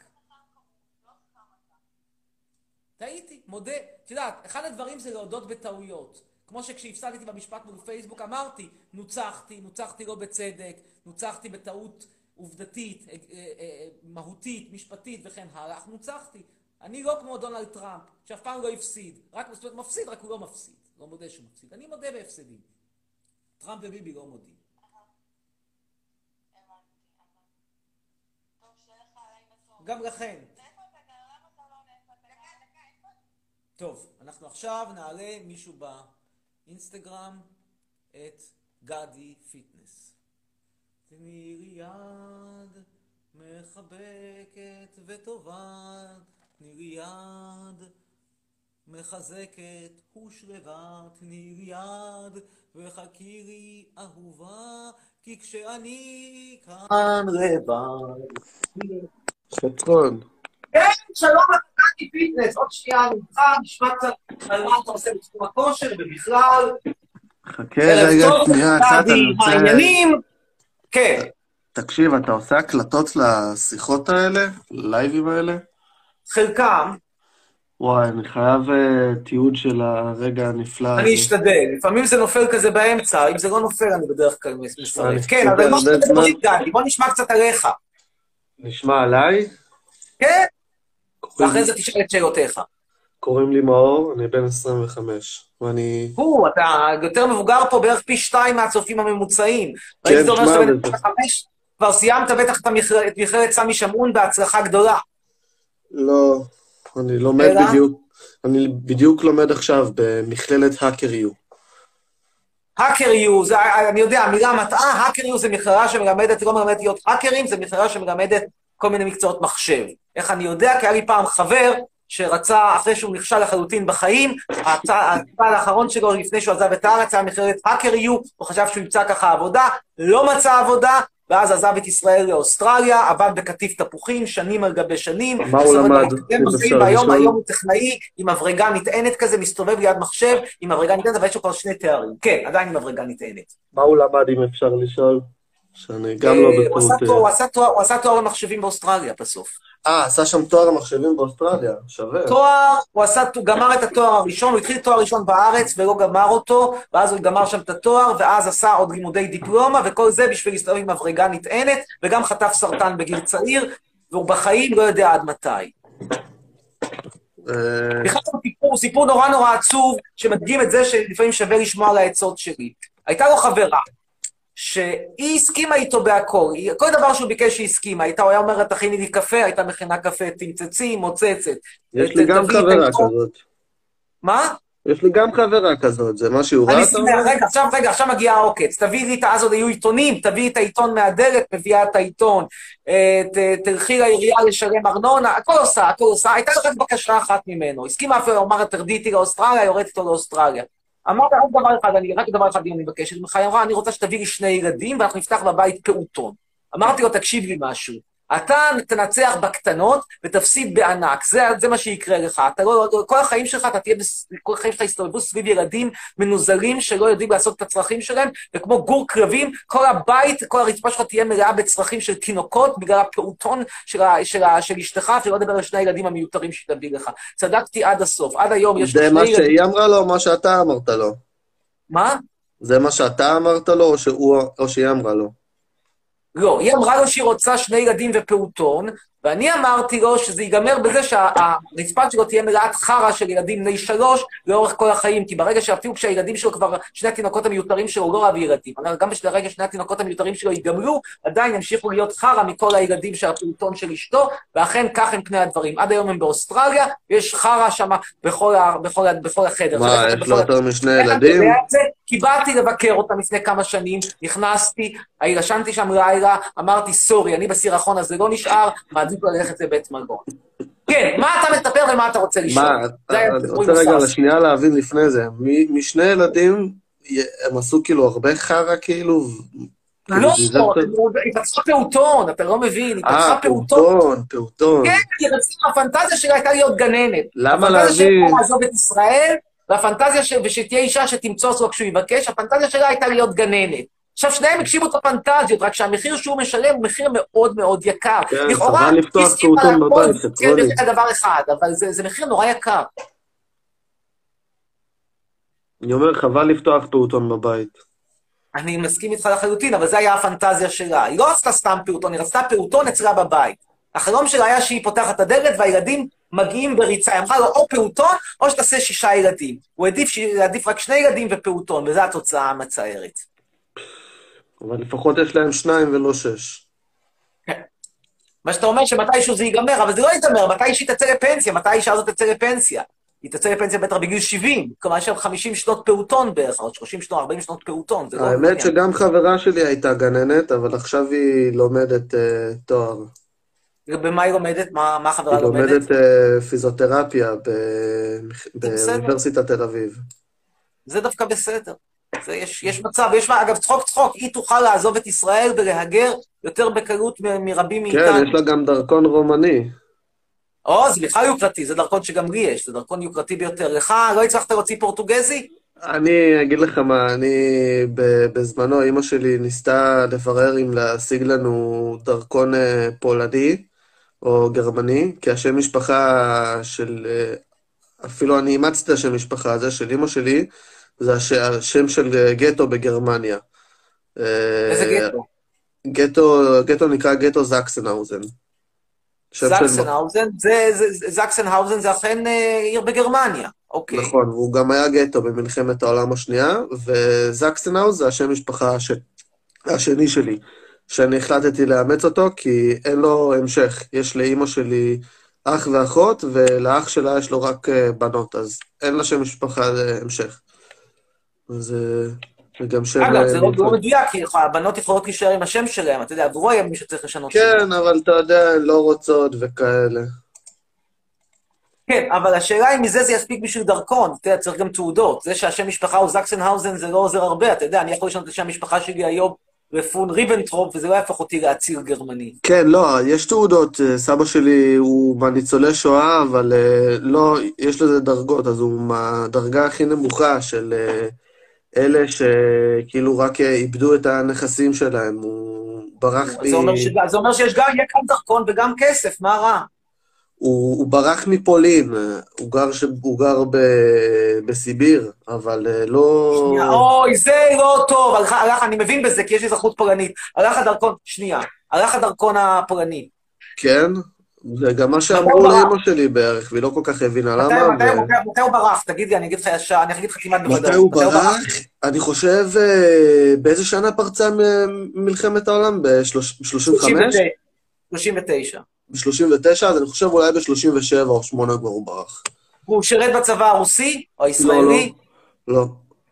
Speaker 1: טעיתי, מודה. את יודעת, אחד הדברים זה להודות בטעויות. כמו שכשהפסדתי במשפט מול פייסבוק אמרתי, נוצחתי, נוצחתי לא בצדק, נוצחתי בטעות עובדתית, אה, אה, אה, מהותית, משפטית וכן הלאה, אך נוצחתי. אני לא כמו דונלד טראמפ, שאף פעם לא הפסיד. רק זאת אומרת, מפסיד, רק הוא לא מפסיד. לא מודה שהוא מפסיד. אני מודה בהפסדים. טראמפ וביבי לא מודים.
Speaker 5: הבנתי, הבנתי. טוב, שיהיה לך לילה טוב.
Speaker 1: גם לכן.
Speaker 5: איפה אתה גר? למה אתה לא עונה? איפה אתה גר? דקה, דקה, איפה אתה?
Speaker 1: טוב, אנחנו עכשיו נעלה מישהו באינסטגרם את גדי פיטנס. תני לי יד מחבקת וטובה, תני לי יד מחזקת ושלווה, תני לי יד וחכי לי אהובה, כי כשאני כאן לבד.
Speaker 3: שטרון.
Speaker 1: כן, שלום לך, גדי פיטנס, עוד שנייה נמך, נשמע קצת על מה אתה עושה בתחום הכושר ובכלל.
Speaker 3: חכה רגע, שנייה, קצת, אני רוצה...
Speaker 1: העניינים? כן.
Speaker 3: תקשיב, אתה עושה הקלטות לשיחות האלה? ללייבים האלה?
Speaker 1: חלקם.
Speaker 3: וואי, אני חייב uh, תיעוד של הרגע הנפלא הזה.
Speaker 1: אני אשתדל. לפעמים זה נופל כזה באמצע, אם זה לא נופל אני בדרך כלל מסרב.
Speaker 3: אני
Speaker 1: כן, אבל מה שאתה תוריד, גדי, בוא נשמע קצת עליך.
Speaker 3: נשמע עליי?
Speaker 1: כן?
Speaker 3: קוראים-
Speaker 1: ואחרי זה תשאל את שאלותיך.
Speaker 3: קוראים לי מאור, אני בן עשרים וחמש, ואני...
Speaker 1: הוא, אתה יותר מבוגר פה בערך פי שתיים מהצופים הממוצעים.
Speaker 3: כן,
Speaker 1: ראיתי, זה אומר
Speaker 3: שמע,
Speaker 1: שאתה בן
Speaker 3: וזה-
Speaker 1: עשרים וחמש, כבר סיימת בטח את המכללת- את מכללת סמי שמעון בהצלחה גדולה.
Speaker 3: לא, אני לומד
Speaker 1: אלא?
Speaker 3: בדיוק, אני בדיוק לומד עכשיו במכללת האקר יו.
Speaker 1: האקר יו, זה, אני יודע, המילה מטעה, האקר יו זה מכללה שמלמדת, לא מלמדת להיות האקרים, זה מכללה שמלמדת כל מיני מקצועות מחשב. איך אני יודע? כי היה לי פעם חבר שרצה, אחרי שהוא נכשל לחלוטין בחיים, הצעד האחרון שלו לפני שהוא עזב את הארץ היה מכללת האקר יו, הוא חשב שהוא ימצא ככה עבודה, לא מצא עבודה, ואז עזב את ישראל לאוסטרליה, עבד בקטיף תפוחים, שנים על גבי שנים.
Speaker 3: מה הוא למד?
Speaker 1: והיום,
Speaker 3: אפשר
Speaker 1: היום,
Speaker 3: לשאול?
Speaker 1: היום הוא טכנאי עם הברגה נטענת כזה, מסתובב ליד מחשב עם הברגה נטענת, אבל יש לו כבר שני תארים. כן, עדיין עם הברגה נטענת.
Speaker 3: מה הוא למד, אם אפשר לשאול? שאני גם לא
Speaker 1: אה, הוא עשה
Speaker 3: בטעות...
Speaker 1: תואר- הוא עשה תואר- הוא עשה תואר במחשבים באוסטרליה בסוף.
Speaker 3: אה, עשה שם תואר המחשבים באוסטרליה, שווה.
Speaker 1: תואר, הוא עשה, הוא גמר את התואר הראשון, הוא התחיל תואר ראשון בארץ ולא גמר אותו, ואז הוא גמר שם את התואר, ואז עשה עוד לימודי דיפלומה, וכל זה בשביל להסתובב עם הברגה נטענת, וגם חטף סרטן בגיל צעיר, והוא בחיים לא יודע עד מתי.
Speaker 3: אה,
Speaker 1: בכלל הוא סיפור, סיפור נורא נורא עצוב, שמדגים את זה שלפעמים שווה לשמוע על העצות שלי. הייתה לו חברה, שהיא הסכימה איתו בהכל, היא- כל דבר שהוא ביקש שהיא הסכימה, הייתה, הוא היה אומר, תכיני לי קפה, הייתה מכינה קפה, תמצצי, מוצצת.
Speaker 3: יש לי
Speaker 1: ת-
Speaker 3: גם
Speaker 1: תביאי את
Speaker 3: חברה
Speaker 1: העיתון.
Speaker 3: כזאת.
Speaker 1: מה?
Speaker 3: יש לי גם חברה כזאת, זה משהו רע,
Speaker 1: אני
Speaker 3: אתה
Speaker 1: שמח,
Speaker 3: אומר?
Speaker 1: רגע, עכשיו, רגע, עכשיו מגיע העוקץ. תביאי לי את, אז עוד היו עיתונים, תביאי את העיתון מהדלת, מביאה את העיתון, אה, ת- תלכי לעירייה לשלם ארנונה, הכל עושה, הכל עושה. הייתה לו רק בקשה אחת ממנו. הסכימה אפילו לומר, תרדי איתי לאוסטרליה, יורדת איתו לאוסטרליה. אמרת, רק דבר אחד, אני, רק דבר אחד אני מבקשת ממך, היא אמרה, אני רוצה שתביא לי שני ילדים, ואנחנו נפתח בבית פעוטון. אמרתי לו, תקשיב לי משהו. אתה תנצח בקטנות ותפסיד בענק, זה, זה מה שיקרה לך. אתה לא, כל החיים שלך, אתה תהיה, כל החיים שלך יסתובבו סביב ילדים מנוזלים שלא יודעים לעשות את הצרכים שלהם, וכמו גור כלבים, כל הבית, כל הרצפה שלך תהיה מלאה בצרכים של תינוקות, בגלל הפעוטון של, ה, של, ה, של אשתך, שלא לדבר על שני הילדים המיותרים שתביא לך. צדקתי עד הסוף, עד היום יש
Speaker 3: זה
Speaker 1: לו
Speaker 3: מה
Speaker 1: שני ילדים.
Speaker 3: שהיא אמרה לו, או מה שאתה אמרת לו?
Speaker 1: מה?
Speaker 3: זה מה שאתה אמרת לו, או שהוא- או שהיא אמרה לו?
Speaker 1: לא, היא אמרה לו שהיא רוצה שני ילדים ופעוטון, ואני אמרתי לו שזה ייגמר בזה שהרצפה שלו תהיה מלאת חרא של ילדים בני שלוש לאורך כל החיים, כי ברגע שאפילו כשהילדים שלו כבר, שני התינוקות המיותרים שלו, הוא לא אוהב ילדים, אבל גם ברגע שני התינוקות המיותרים שלו ייגמרו, עדיין ימשיכו להיות חרא מכל הילדים של הפעוטון של אשתו, ואכן כך הם פני הדברים. עד היום הם באוסטרליה, ויש חרא שם בכל, ה, בכל, ה, בכל החדר.
Speaker 3: מה,
Speaker 1: בכל
Speaker 3: יש לו
Speaker 1: ה-
Speaker 3: יותר משני
Speaker 1: איך אני
Speaker 3: ילדים?
Speaker 1: יודע את זה? כי באתי לבקר אותם לפני כמה שנים, נכנסתי, ישנתי שם לילה, אמרתי, סורי, אני בסירחון הזה לא נשאר, מעדיף ללכת לבית מלון. כן, מה אתה מספר ומה אתה רוצה לשאול?
Speaker 6: מה,
Speaker 1: זה היה
Speaker 6: אני
Speaker 1: סיפורי
Speaker 6: רוצה רגע
Speaker 1: מוסר.
Speaker 6: לשנייה להבין לפני זה, מ- משני ילדים, הם עשו כאילו הרבה חרא כאילו,
Speaker 1: לא,
Speaker 6: כאילו זה יותר...
Speaker 1: היא פתחה פעוטון, אתה לא מבין, היא
Speaker 6: אה,
Speaker 1: פתחה פעוטון.
Speaker 6: פעוטון, פעוטון.
Speaker 1: כן, היא רצתה, הפנטזיה שלה הייתה להיות גננת.
Speaker 6: למה
Speaker 1: הפנטזיה שלה
Speaker 6: להביא...
Speaker 1: הייתה לעזוב את ישראל, והפנטזיה ש... ושתהיה אישה שתמצוץ לו כשהוא יבקש, הפנטזיה שלה הייתה להיות גננת. עכשיו, שניהם הקשיבו את הפנטזיות, רק שהמחיר שהוא משלם הוא מחיר מאוד מאוד יקר.
Speaker 6: כן,
Speaker 1: לכאורה,
Speaker 6: חבל לפתוח
Speaker 1: היא הסכימה
Speaker 6: פעוטון
Speaker 1: להכל,
Speaker 6: בבית,
Speaker 1: כן,
Speaker 6: עקרונית.
Speaker 1: זה דבר אחד, אבל זה, זה מחיר נורא יקר.
Speaker 6: אני אומר, חבל לפתוח פעוטון בבית.
Speaker 1: אני מסכים איתך לחלוטין, אבל זה היה הפנטזיה שלה. היא לא רצתה סתם פעוטון, היא רצתה פעוטון אצלה בבית. החלום שלה היה שהיא פותחת את הדלת והילדים מגיעים בריצה. היא אמרה לו, או פעוטון, או שתעשה שישה ילדים. הוא העדיף שיעדיף רק שני ילדים ופעוטון, וזו התוצאה המצערת.
Speaker 6: אבל לפחות יש להם שניים ולא שש.
Speaker 1: מה שאתה אומר שמתישהו זה ייגמר, אבל זה לא ייגמר, מתי שהיא תצא לפנסיה, מתי האישה הזאת תצא לפנסיה? היא תצא לפנסיה בטח בגיל שבעים, כלומר יש שם חמישים שנות פעוטון בערך, או שלושים שנות, ארבעים שנות פעוטון, זה לא...
Speaker 6: האמת שגם חברה שלי הייתה גננת, אבל עכשיו היא לומדת אה, תואר.
Speaker 1: במה היא לומדת? מה, מה החברה
Speaker 6: היא
Speaker 1: לומדת?
Speaker 6: לומדת אה, פיזיותרפיה ב...
Speaker 1: בסדר.
Speaker 6: באוניברסיטת תל אביב.
Speaker 1: זה דווקא בסדר. זה יש, יש מצב, יש מה, אגב, צחוק צחוק, היא תוכל לעזוב את ישראל ולהגר יותר בקלות מ- מרבים מאיתנו.
Speaker 6: כן, יש לה גם דרכון רומני.
Speaker 1: או, זה בכלל יוקרתי, זה דרכון שגם לי יש, זה דרכון יוקרתי ביותר. לך לא הצלחת להוציא פורטוגזי?
Speaker 6: אני אגיד לך מה, אני ב- בזמנו, אמא שלי ניסתה לברר אם להשיג לנו דרכון אה, פולני או גרמני, כי השם משפחה של, אה, אפילו אני אימצתי את השם משפחה הזה של אמא שלי, זה הש, השם של אה, גטו בגרמניה. אה,
Speaker 1: איזה גטו?
Speaker 6: גטו, גטו נקרא גטו זקסנהאוזן. שם של-
Speaker 1: זקסנהאוזן, זה, זה, זה, זקסנהאוזן זה אכן אה, עיר בגרמניה, אוקיי.
Speaker 6: נכון, והוא גם היה גטו במלחמת העולם השנייה, וזקסנהאוז זה השם משפחה הש... השני שלי, שאני החלטתי לאמץ אותו, כי אין לו המשך. יש לאימא שלי אח ואחות, ולאח שלה יש לו רק אה, בנות, אז אין לה שם משפחה אה, המשך. אז אה, זה גם שם...
Speaker 1: אגב,
Speaker 6: אה,
Speaker 1: זה לא
Speaker 6: מיוחד.
Speaker 1: לא מדויק, כי הבנות יכולות להישאר עם השם שלהם, אתה יודע, עבורו היה מי שצריך לשנות שם.
Speaker 6: כן, אבל אתה יודע, הן לא רוצות וכאלה.
Speaker 1: כן, אבל השאלה היא מזה זה יספיק בשביל דרכון, אתה יודע, צריך גם תעודות. זה שהשם משפחה הוא זקסנהאוזן זה לא עוזר הרבה, אתה יודע, אני יכול לשנות את השם המשפחה שלי היום לפון ריבנטרופ, וזה לא יהפוך אותי להציר גרמני.
Speaker 6: כן, לא, יש תעודות, אה, סבא שלי הוא מהניצולי שואה, אבל אה, לא, יש לזה דרגות, אז הוא מהדרגה הכי נמוכה של אה, אלה שכאילו רק אה, איבדו את הנכסים שלהם, הוא ברח מ...
Speaker 1: זה אומר ש- זה אומר שיש גם, יהיה גם דרכון וגם כסף, מה רע?
Speaker 6: הוא, הוא ברח מפולין, אה, הוא גר, ש... הוא גר ב... בסיביר, אבל אה, לא...
Speaker 1: שנייה, אוי, זה לא טוב, הלך, הלך, אני מבין בזה, כי יש לי אזרחות פולנית. הלך הדרכון, שנייה, הלך הדרכון הפולני.
Speaker 6: כן, זה גם מה
Speaker 1: מתי
Speaker 6: שאמרו
Speaker 1: הוא ברח?
Speaker 6: לאמא שלי בערך, והיא לא כל כך הבינה
Speaker 1: מתי,
Speaker 6: למה.
Speaker 1: מתי,
Speaker 6: ו...
Speaker 1: מתי, מתי הוא ברח? תגיד לי, אני אגיד לך ישר, אני אגיד לך כמעט בוודאות.
Speaker 6: מתי הוא ברח? אני חושב, אה, באיזה שנה פרצה מ- מלחמת העולם? ב-שלושים וחמש?
Speaker 1: שלושים ותשע.
Speaker 6: ב-שלושים ותשע, אז אני חושב אולי ב-שלושים ושבע או שמונה כבר הוא ברח.
Speaker 1: הוא שירת בצבא הרוסי או הישראלי?
Speaker 6: לא.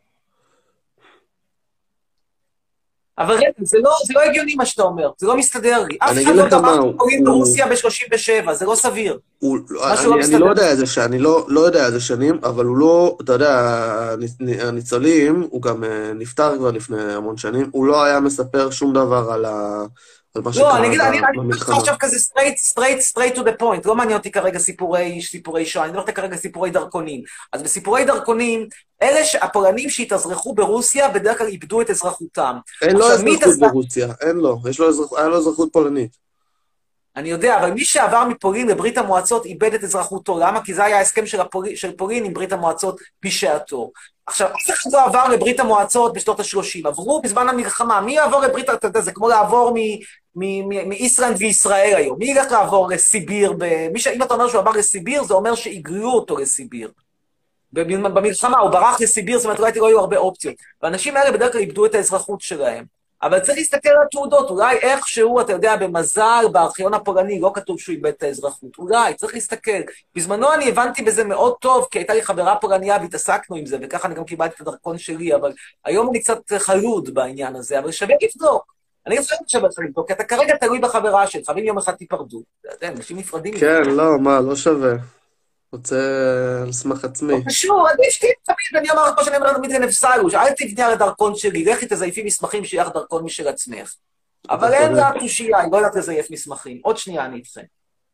Speaker 1: אבל רגע, זה לא, זה לא הגיוני מה שאתה אומר, זה לא מסתדר לי. אף
Speaker 6: אני
Speaker 1: אחד
Speaker 6: אגיד
Speaker 1: לא
Speaker 6: לך מה,
Speaker 1: תמך
Speaker 6: הוא-
Speaker 1: בפולין
Speaker 6: הוא-
Speaker 1: ברוסיה ב-שלושים ושבע, זה לא סביר.
Speaker 6: הוא,
Speaker 1: משהו
Speaker 6: אני,
Speaker 1: לא
Speaker 6: אני
Speaker 1: מסתדר.
Speaker 6: לא יודע איזה שנים, אני לא, לא יודע איזה שנים, אבל הוא לא, אתה יודע, הנ- הניצולים, הוא גם אה, נפטר כבר לפני המון שנים, הוא לא היה מספר שום דבר על, ה, על מה
Speaker 1: לא,
Speaker 6: שקרה
Speaker 1: אני אגיד, אני
Speaker 6: ב-
Speaker 1: אני אומר לך
Speaker 6: במלחמה.
Speaker 1: עכשיו כזה straight, straight, straight to the point, לא מעניין אותי כרגע סיפורי, סיפורי שואה, אני מדבר איתך כרגע סיפורי דרכונים. אז בסיפורי דרכונים, אלה ש- הפולנים שהתאזרחו ברוסיה, בדרך כלל איבדו את אזרחותם.
Speaker 6: אין לו
Speaker 1: עכשיו, מי
Speaker 6: אזרחות
Speaker 1: התאזרח-
Speaker 6: ברוסיה, אין לו, יש לו אזרח, היה לו אזרחות פולנית.
Speaker 1: אני יודע, אבל מי שעבר מפולין לברית המועצות איבד את אזרחותו. למה? כי זה היה ההסכם של, הפול... של פולין עם ברית המועצות בשעתו. עכשיו, אף אחד לא עבר לברית המועצות בשנות ה-שלושים, עברו בזמן המלחמה. מי יעבור לברית, אתה יודע, זה כמו לעבור מ... מ... מ... מאיסלנד וישראל היום. מי ילך לעבור לסיביר? ב... מי ש... אם אתה אומר שהוא עבר לסיביר, זה אומר שהגריעו אותו לסיביר. במלחמה, הוא ברח לסיביר, זאת אומרת, אולי לא היו הרבה אופציות. והאנשים האלה בדרך כלל איבדו את האזרחות שלהם. אבל צריך להסתכל על התעודות, אולי איכשהו, אתה יודע, במזל, בארכיון הפולני, לא כתוב שהוא איבד את האזרחות. אולי, צריך להסתכל. בזמנו אני הבנתי בזה מאוד טוב, כי הייתה לי חברה פולניה והתעסקנו עם זה, וככה אני גם קיבלתי את הדרכון שלי, אבל היום אני קצת חלוד בעניין הזה, אבל שווה לבדוק. אני גם חושב לך לבדוק, כי אתה כרגע תלוי בחברה שלך, ואם יום אחד תיפרדו, אתה יודע, אנשים נפרדים.
Speaker 6: כן, לא, מה, לא שווה. רוצה על סמך עצמי.
Speaker 1: קשור, עדיף שתהיה תמיד, אני אומר כמו שאני אומר תמיד לנפסלו, שאל תבנה על הדרכון שלי, לכי תזייפי מסמכים שיהיה לך דרכון משל עצמך. אבל אין לה תושייה, היא לא יודעת לזייף מסמכים. עוד שנייה אני איתכם.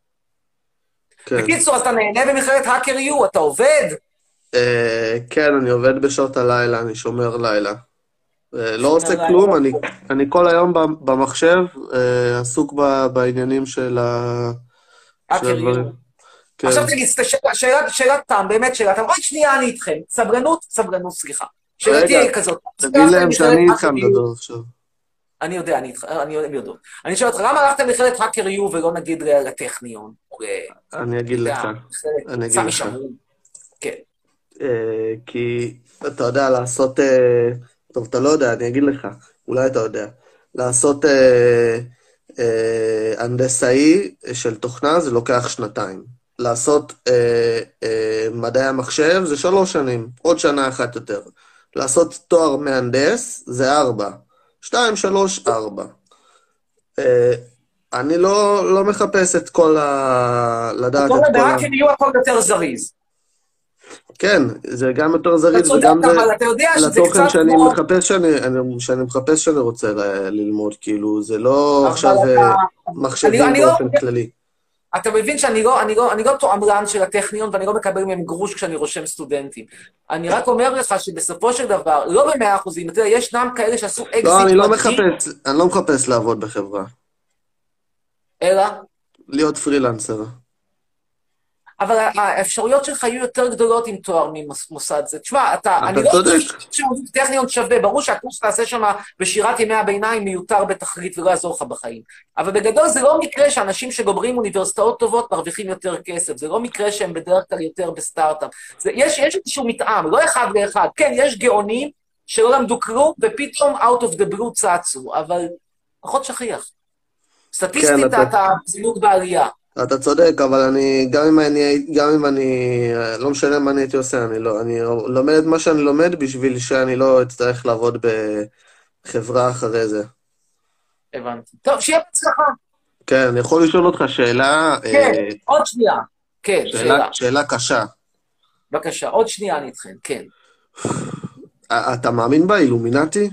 Speaker 6: כן.
Speaker 1: בקיצור, אז אתה נהנה במכללת האקר יו, אתה עובד?
Speaker 6: אה, כן, אני עובד בשעות הלילה, אני שומר לילה. אה, לא עושה
Speaker 1: לילה.
Speaker 6: כלום, אני- אני כל היום ב- במחשב, אה, עסוק ב- בעניינים של ה- של
Speaker 1: האקר יו.
Speaker 6: הדברים. כן.
Speaker 1: עכשיו תגיד, שאלה- שאלה- שאלת תם, באמת שאלת תם, עוד שנייה אני איתכם. סבלנות, סבלנות, סליחה. שאלתי
Speaker 6: רגע,
Speaker 1: היא כזאת.
Speaker 6: תגיד להם שאני איתך מדבר עכשיו.
Speaker 1: אני יודע, אני איתך, אני יודע. אני שואל אותך, למה הלכתם למכללת האקר יו ולא נגיד לטכניון? או ל-
Speaker 6: אני אגיד
Speaker 1: אתה
Speaker 6: לך,
Speaker 1: יודע, מכללת
Speaker 6: אני אגיד
Speaker 1: סמי
Speaker 6: לך.
Speaker 1: שמרון. כן.
Speaker 6: אה, כי אתה יודע, לעשות... אה, טוב, אתה לא יודע, אני אגיד לך, אולי אתה יודע. לעשות אה, אה, הנדסאי של תוכנה זה לוקח שנתיים. לעשות אה, אה, מדעי המחשב זה שלוש שנים, עוד שנה אחת יותר. לעשות תואר מהנדס זה ארבע. שתיים, שלוש, ארבע. אה, אני לא, לא מחפש את כל ה... לדעת
Speaker 1: כל
Speaker 6: את כל ה...
Speaker 1: הבאה כן יהיו הכל יותר זריז.
Speaker 6: כן, זה גם יותר
Speaker 1: אתה
Speaker 6: זריז
Speaker 1: צודק,
Speaker 6: וגם זה
Speaker 1: אבל אתה יודע שזה קצת
Speaker 6: לתוכן שאני
Speaker 1: כמו...
Speaker 6: מחפש שאני, אני, שאני מחפש שאני רוצה ל- ללמוד, כאילו, זה לא
Speaker 1: אבל
Speaker 6: עכשיו
Speaker 1: אתה-
Speaker 6: אה,
Speaker 1: אני-
Speaker 6: מחשבים
Speaker 1: אני לא-
Speaker 6: באופן כללי.
Speaker 1: אתה מבין שאני לא, אני לא, אני לא תועמלן של הטכניון, ואני לא מקבל מהם גרוש כשאני רושם סטודנטים. אני רק אומר לך שבסופו של דבר, לא במאה אחוזים, אתה יודע, ישנם כאלה שעשו אקזיט
Speaker 6: לא, אני לא
Speaker 1: מדהים,
Speaker 6: מחפש, אני לא מחפש לעבוד בחברה.
Speaker 1: אלא,
Speaker 6: להיות פרילנסר.
Speaker 1: אבל האפשרויות שלך יהיו יותר גדולות עם תואר ממוסד זה. תשמע, אתה,
Speaker 6: אתה
Speaker 1: אני לא
Speaker 6: צודק.
Speaker 1: חושב שטכניון שווה, ברור שהקורס תעשה שם בשירת ימי הביניים מיותר בתכלית ולא יעזור לך בחיים. אבל בגדול זה לא מקרה שאנשים שגומרים אוניברסיטאות טובות מרוויחים יותר כסף, זה לא מקרה שהם בדרך כלל יותר בסטארט-אפ. זה, יש, יש איזשהו מתאם, לא אחד לאחד. כן, יש גאונים שלא למדו כלום, ופתאום out of the blue צצו, אבל פחות שכיח. סטטיסטית
Speaker 6: אתה-
Speaker 1: אתה זינוק בעלייה.
Speaker 6: אתה צודק, אבל אני, גם אם אני, גם אם אני, לא משנה מה אני הייתי עושה, אני לא, אני לומד את מה שאני לומד בשביל שאני לא אצטרך לעבוד בחברה אחרי זה.
Speaker 1: הבנתי. טוב, שיהיה בהצלחה.
Speaker 6: כן, אני יכול לשאול אותך שאלה,
Speaker 1: כן,
Speaker 6: אה,
Speaker 1: עוד שנייה. כן, שאלה.
Speaker 6: שאלה, שאלה קשה.
Speaker 1: בבקשה, עוד שנייה אני איתכם, כן.
Speaker 6: אתה מאמין באילומינטי?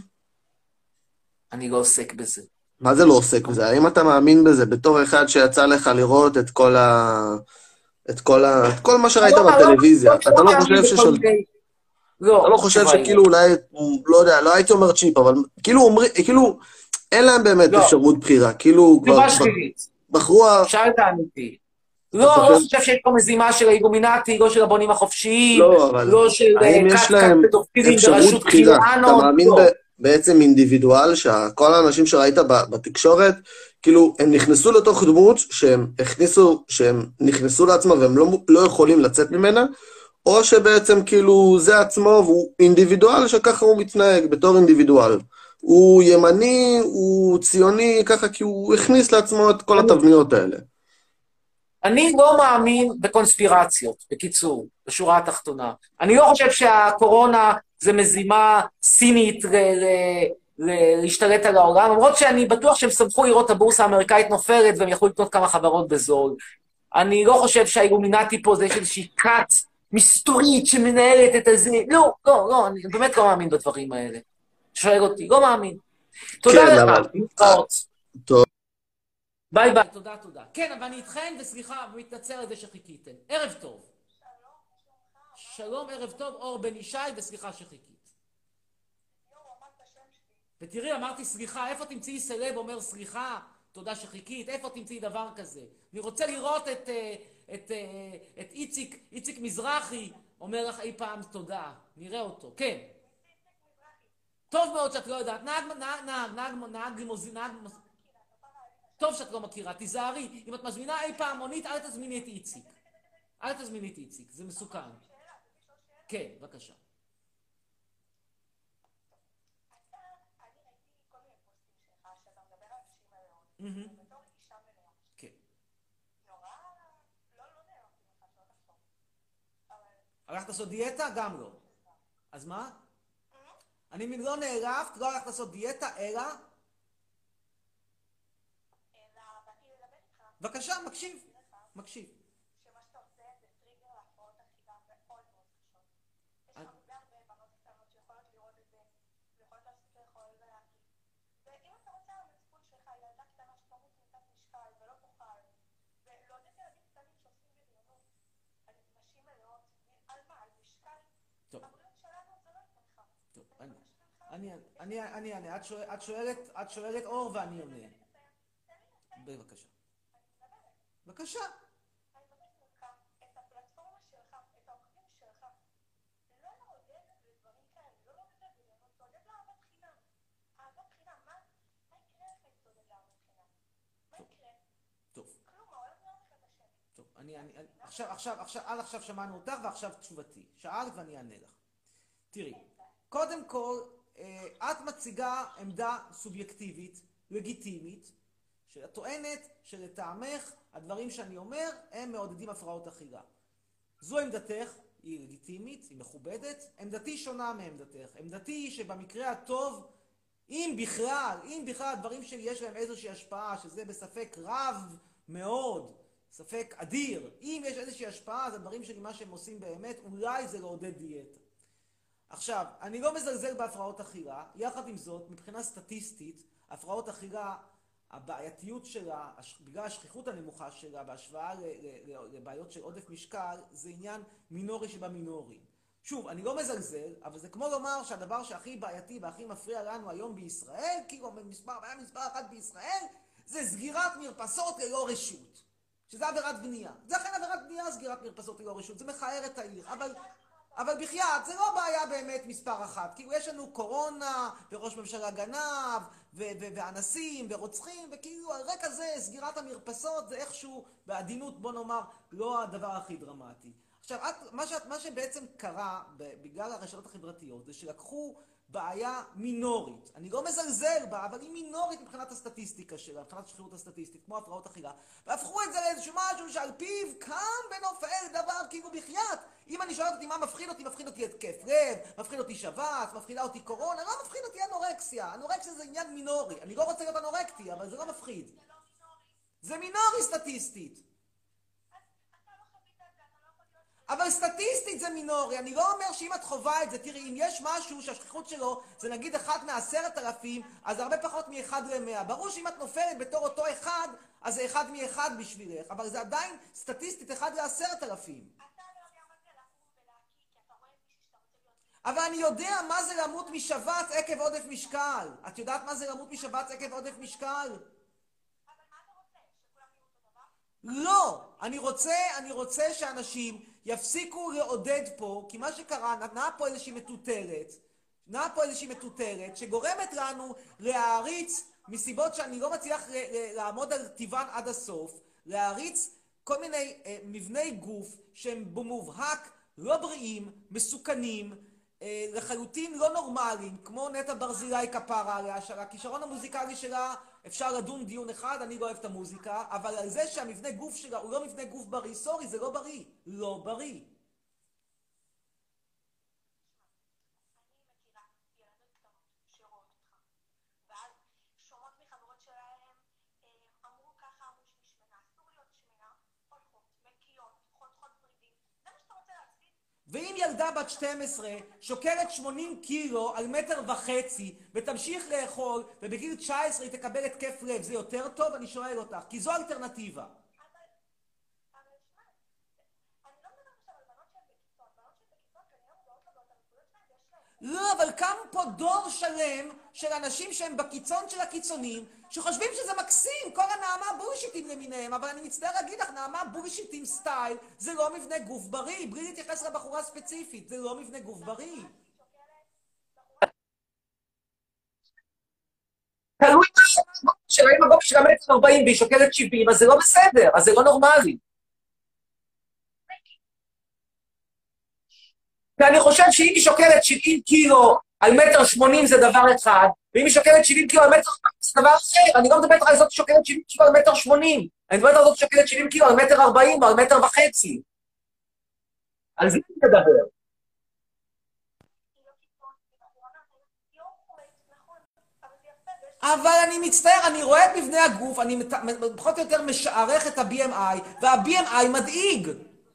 Speaker 1: אני לא עוסק בזה.
Speaker 6: מה זה לא עוסק בזה? האם אתה מאמין בזה בתור אחד שיצא לך לראות את כל ה... את כל ה... את כל מה שראית
Speaker 1: לא, לא,
Speaker 6: בטלוויזיה?
Speaker 1: לא,
Speaker 6: אתה
Speaker 1: לא
Speaker 6: לא
Speaker 1: מאמין
Speaker 6: חושב
Speaker 1: בכל
Speaker 6: ששול...
Speaker 1: מיני- לא,
Speaker 6: אתה לא חושב
Speaker 1: התשובה היא
Speaker 6: שכאילו אולי, לא יודע, לא הייתי אומר צ'יפ, אבל כאילו אומרים, כאילו, אין להם באמת
Speaker 1: לא.
Speaker 6: אפשרות בחירה. כאילו כבר
Speaker 1: תשובה שלילית.
Speaker 6: בחרו... ה-
Speaker 1: שאלת אמיתי. לא, אני לא חושב שיש פה מזימה של האילומינטי, לא של הבונים החופשיים,
Speaker 6: לא, אבל...
Speaker 1: לא של
Speaker 6: האם
Speaker 1: אה,
Speaker 6: יש
Speaker 1: קאט
Speaker 6: להם
Speaker 1: קאט פדופילים
Speaker 6: אפשרות
Speaker 1: בראשות
Speaker 6: בחירה? אתה
Speaker 1: קיראנו.
Speaker 6: מאמין
Speaker 1: לא.
Speaker 6: ב- בעצם אינדיבידואל, שכל האנשים שראית ב- בתקשורת, כאילו, הם נכנסו לתוך דמות שהם הכניסו, שהם נכנסו לעצמם והם לא, לא יכולים לצאת ממנה, או שבעצם כאילו זה עצמו והוא אינדיבידואל שככה הוא מתנהג בתור אינדיבידואל. הוא ימני, הוא ציוני, ככה כי הוא הכניס לעצמו את כל התבניות האלה.
Speaker 1: אני לא מאמין בקונספירציות, בקיצור, בשורה התחתונה. אני לא חושב שהקורונה זה מזימה סינית ל- ל- ל- להשתלט על העולם, למרות שאני בטוח שהם שמחו לראות את הבורסה האמריקאית נופלת והם יכלו לקנות כמה חברות בזול. אני לא חושב שהאילומינטי פה זה איזושהי כת מסתורית שמנהלת את הזה. לא, לא, לא, אני באמת לא מאמין בדברים האלה. שואל אותי, לא מאמין. תודה
Speaker 6: כן,
Speaker 1: לך,
Speaker 6: אבל-
Speaker 1: להתראות.
Speaker 6: טוב.
Speaker 1: ביי ביי, תודה, תודה. כן, אבל אני איתכן, וסליחה, ומתנצל על זה שחיכיתם. ערב טוב. שלום, ערב טוב, אור בן ישי, וסליחה שחיכית. ותראי, אמרתי סליחה, איפה תמצאי סלב אומר סליחה, תודה שחיכית, איפה תמצאי דבר כזה? אני רוצה לראות את, אה, את, אה, את איציק, איציק מזרחי, אומר לך אי פעם תודה. נראה אותו, כן. טוב מאוד שאת לא יודעת, נהג, נהג, נהג, נהג, נהג לימוזין, נהג... טוב שאת לא מכירה, תיזהרי, אם את מזמינה אי פעם מונית, אל תזמיני את איציק. אל תזמיני את איציק, זה מסוכן. כן, בבקשה. מהמם. כן. הלכת לעשות דיאטה? גם לא. אז מה? אני לא נעלבת, לא הלכת לעשות דיאטה, אלא בבקשה, מקשיב, מקשיב.
Speaker 5: שמה שאתה עושה זה טריגר להפרעות אכילה מאוד מאוד קשות. יש
Speaker 1: אני-
Speaker 5: הרבה הרבה בנות קטנות שיכולות לראות את זה, ויכולות להפסיק לאכול ולהקיא. ואם אתה רוצה על המצפון שלך, ילדה קטנה שתמות מתת משקל ולא תאכל, ולעודד ילדים קטנים שעושים בריונות על נשים מלאות, על מה? על משקל?
Speaker 1: טוב.
Speaker 5: הבריאות שלנו זה לא איתך.
Speaker 1: טוב, אני, אני, אני, אני אענה. את שואל- את שואלת, את שואלת אור ואני עונה. בבקשה. בבקשה.
Speaker 5: אני מבקשת ממך את הפלטפורמה שלך, את העוקבים שלך, לא לעודד לדברים כאלה, לא לעודד לבריונות, לעודד לאהבת חינם. אהבת חינם, מה? מה יקרה לך אם תעודד לאהבת חינם? מה יקרה?
Speaker 1: טוב,
Speaker 5: כלום, העולם לא הולך את השני.
Speaker 1: טוב. אני, אני, אני, עכשיו, עכשיו, עכשיו, עד עכשיו שמענו אותך ועכשיו תשובתי. שאלת ואני אענה לך. תראי, קודם כל, אה, את מציגה עמדה סובייקטיבית, לגיטימית, שאת טוענת שלטעמך הדברים שאני אומר הם מעודדים הפרעות אכילה. זו עמדתך, היא לגיטימית, היא מכובדת. עמדתי שונה מעמדתך. עמדתי היא שבמקרה הטוב, אם בכלל, אם בכלל הדברים שלי יש להם איזושהי השפעה, שזה בספק רב מאוד, ספק אדיר, אם יש איזושהי השפעה, אז הדברים שלי, מה שהם עושים באמת, אולי זה לעודד דיאטה. עכשיו, אני לא מזלזל בהפרעות אכילה, יחד עם זאת, מבחינה סטטיסטית, הפרעות אכילה, הבעייתיות שלה, הש- בגלל השכיחות הנמוכה שלה, בהשוואה ל- ל- ל- לבעיות של עודף משקל, זה עניין מינורי שבמינורי. שוב, אני לא מזלזל, אבל זה כמו לומר שהדבר שהכי בעייתי והכי מפריע לנו היום בישראל, כאילו מספר, בעיה מספר אחת בישראל, זה סגירת מרפסות ללא רשות. שזה עבירת בנייה. זה אכן עבירת בנייה, סגירת מרפסות ללא רשות. זה מכער את העיר. אבל, אבל בחייאת, זה לא בעיה באמת מספר אחת. כאילו יש לנו קורונה, וראש ממשלה גנב, ו- ו- ואנסים, ורוצחים, וכאילו על רקע זה, סגירת המרפסות זה איכשהו, בעדינות, בוא נאמר, לא הדבר הכי דרמטי. עכשיו, את, מה, שאת, מה שבעצם קרה ב- בגלל הרשתות החברתיות, זה שלקחו בעיה מינורית. אני לא מזלזל בה, אבל היא מינורית מבחינת הסטטיסטיקה שלה, מבחינת שכיחות הסטטיסטית, כמו הפרעות אכילה, והפכו את זה לאיזשהו משהו שעל פיו קם ונופל דבר כאילו בחייאת. אם אני שואלת אותי מה מפחיד אותי, מפחיד אותי התקף לב, מפחיד אותי שבץ, מפחידה אותי קורונה, לא מפחיד אותי אנורקסיה. אנורקסיה זה עניין מינורי. אני לא רוצה להיות אנורקטי, אבל זה לא מפחיד.
Speaker 5: זה לא מינורי.
Speaker 1: זה מינורי סטטיסטית.
Speaker 5: אז אתה לא חווית את זה, אתה לא יכול להיות...
Speaker 1: אבל סטטיסטית זה מינורי, אני לא אומר שאם את חווה את זה, תראי, אם יש משהו שהשכיחות שלו זה נגיד אחד מעשרת אלפים, אז זה הרבה פחות מאחד למאה. ברור שאם את נופלת בתור אותו אחד, אז זה אחד מאחד בשבילך, אבל זה עדיין סטטיסטית אחד לעשרת אלפים.
Speaker 5: אתה לא יודע מה זה לקום ולהקיא, כי אתה רואה מישהו שאתה רוצה להיות...
Speaker 1: אבל אני יודע מה זה למות משבץ עקב עודף משקל. את יודעת מה זה למות משבץ עקב עודף משקל?
Speaker 5: אבל מה אתה רוצה? שכולם יהיו אותו דבר?
Speaker 1: לא, אני רוצה, אני רוצה שאנשים יפסיקו לעודד פה, כי מה שקרה, נעה פה איזושהי מטוטרת, נעה פה איזושהי מטוטרת, שגורמת לנו להעריץ, מסיבות שאני לא מצליח ל- ל- לעמוד על טבען עד הסוף, להעריץ כל מיני אה, מבני גוף שהם במובהק לא בריאים, מסוכנים, אה, לחלוטין לא נורמליים, כמו נטע ברזילי כפרה עליה, שהכישרון המוזיקלי שלה אפשר לדון דיון אחד, אני לא אוהב את המוזיקה, אבל על זה שהמבנה גוף שלה הוא לא מבנה גוף בריא, סורי, זה לא בריא, לא בריא.
Speaker 5: אני מכירה ילדות קטנות שרואות אותך, ואז שומעות מחברות שלהם, אה, אמרו ככה, אמרו שהיא שמנה, אסור להיות שמנה, הולכות, מקיות, חותכות ורידים, זה מה שאתה רוצה להציג?
Speaker 1: ואם ילדה בת שתים עשרה שוקלת שמונים קילו על מטר וחצי ותמשיך לאכול ובגיל תשע עשרה היא תקבל התקף לב, זה יותר טוב? אני שואל אותך, כי זו אלטרנטיבה.
Speaker 5: אבל, אבל שמע, אני לא מדברת עכשיו על בנות שהן בקיצון, בנות שהן בקיצון כנראה מודעות לבעיות הרפואיות שלהן ויש להן.
Speaker 1: לא, אבל קם פה דור שלם של אנשים שהם בקיצון של הקיצונים, שחושבים שזה מקסים, כל הנעמה בולשיטים למיניהם, אבל אני מצטער להגיד לך, נעמה בולשיטים סטייל, זה לא מבנה גוף בריא, בלי להתייחס לבחורה ספציפית, זה לא מבנה גוף בריא. תלוי מה שלה, אם הגובה שלה מטר ארבעים והיא שוקלת שבעים, אז זה לא בסדר, אז זה לא נורמלי. ואני חושב שאם היא שוקלת שבעים קילו על מטר שמונים זה דבר אחד, ואם היא שוקלת שבעים קילו על מטר ארבעים זה דבר אחר. אני לא מדברת על זאת ששוקלת שבעים קילו על מטר שמונים, אני מדברת על זאת ששוקלת שבעים קילו על מטר ארבעים או על מטר וחצי. על זה אני מדבר.
Speaker 5: היא לא קיצון, היא בחורה, היא אורקורית, נכון, אבל זה יפה, ויש
Speaker 1: אבל אני מצטער, אני רואה את מבנה הגוף, אני מת- פחות או יותר משערך את ה-בי אם איי, וה-בי אם איי מדאיג.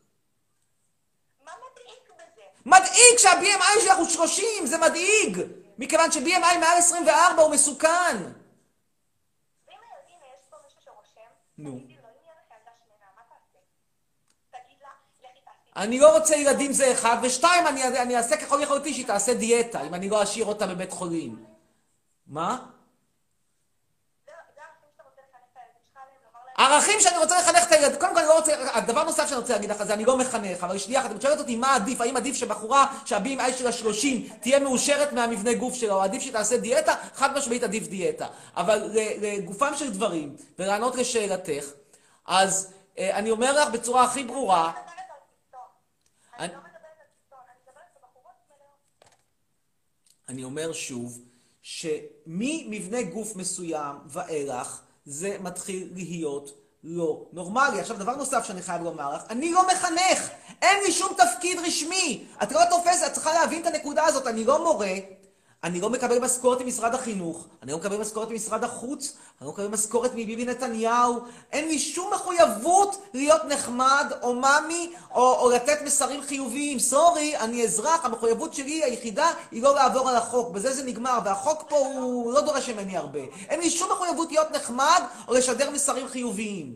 Speaker 5: מה מדאיג בזה?
Speaker 1: מדאיג שה-בי אם איי שלך הוא שלושים, זה מדאיג. מכיוון ש-בי אם איי מעל עשרים וארבע הוא מסוכן.
Speaker 5: ואם הנה, יש פה מישהו שרושם,
Speaker 1: נו.
Speaker 5: תגידי לו, אם יהיה לך ילדה שמנה, מה תעשה? תגיד לה, לכי תעשי.
Speaker 1: אני לא רוצה ילדים זה אחד, ושתיים, אני, אני אעשה ככל יכולתי שהיא תעשה דיאטה, אם אני לא אשאיר אותה בבית חולים. מה?
Speaker 5: זה זה הערכים שאתה רוצה לחנך את הילדים שלך עליהם, לומר להם,
Speaker 1: ערכים שאני רוצה לחנך את הילד, קודם כל אני לא רוצה, הדבר נוסף שאני רוצה להגיד לך זה, אני לא מחנך, אבל שנייה אחת, את שואלת אותי מה עדיף, האם עדיף שבחורה שה-בי אם איי שלה שלושים תהיה מאושרת מהמבנה גוף שלה, או עדיף שתעשה דיאטה, חד משמעית עדיף דיאטה. אבל לגופם של דברים, ולענות לשאלתך, אז אה, אני אומר לך בצורה הכי ברורה,
Speaker 5: אני מדברת על קיצון.
Speaker 1: אני-
Speaker 5: אני לא מדברת על קיצון, אני מדברת על בחורות מלאות.
Speaker 1: אני אומר שוב, שממבנה גוף מסוים ואילך, זה מתחיל להיות לא נורמלי. עכשיו, דבר נוסף שאני חייב לומר לך, אני לא מחנך, אין לי שום תפקיד רשמי. את לא תופסת, את צריכה להבין את הנקודה הזאת, אני לא מורה, אני לא מקבל משכורת ממשרד החינוך, אני לא מקבל משכורת ממשרד החוץ, אני לא מקבל משכורת מביבי נתניהו, אין לי שום מחויבות להיות נחמד או ממי או, או לתת מסרים חיוביים. סורי, אני אזרח, המחויבות שלי היחידה היא לא לעבור על החוק, בזה זה נגמר, והחוק פה הוא לא דורש ממני הרבה. אין לי שום מחויבות להיות נחמד או לשדר מסרים חיוביים.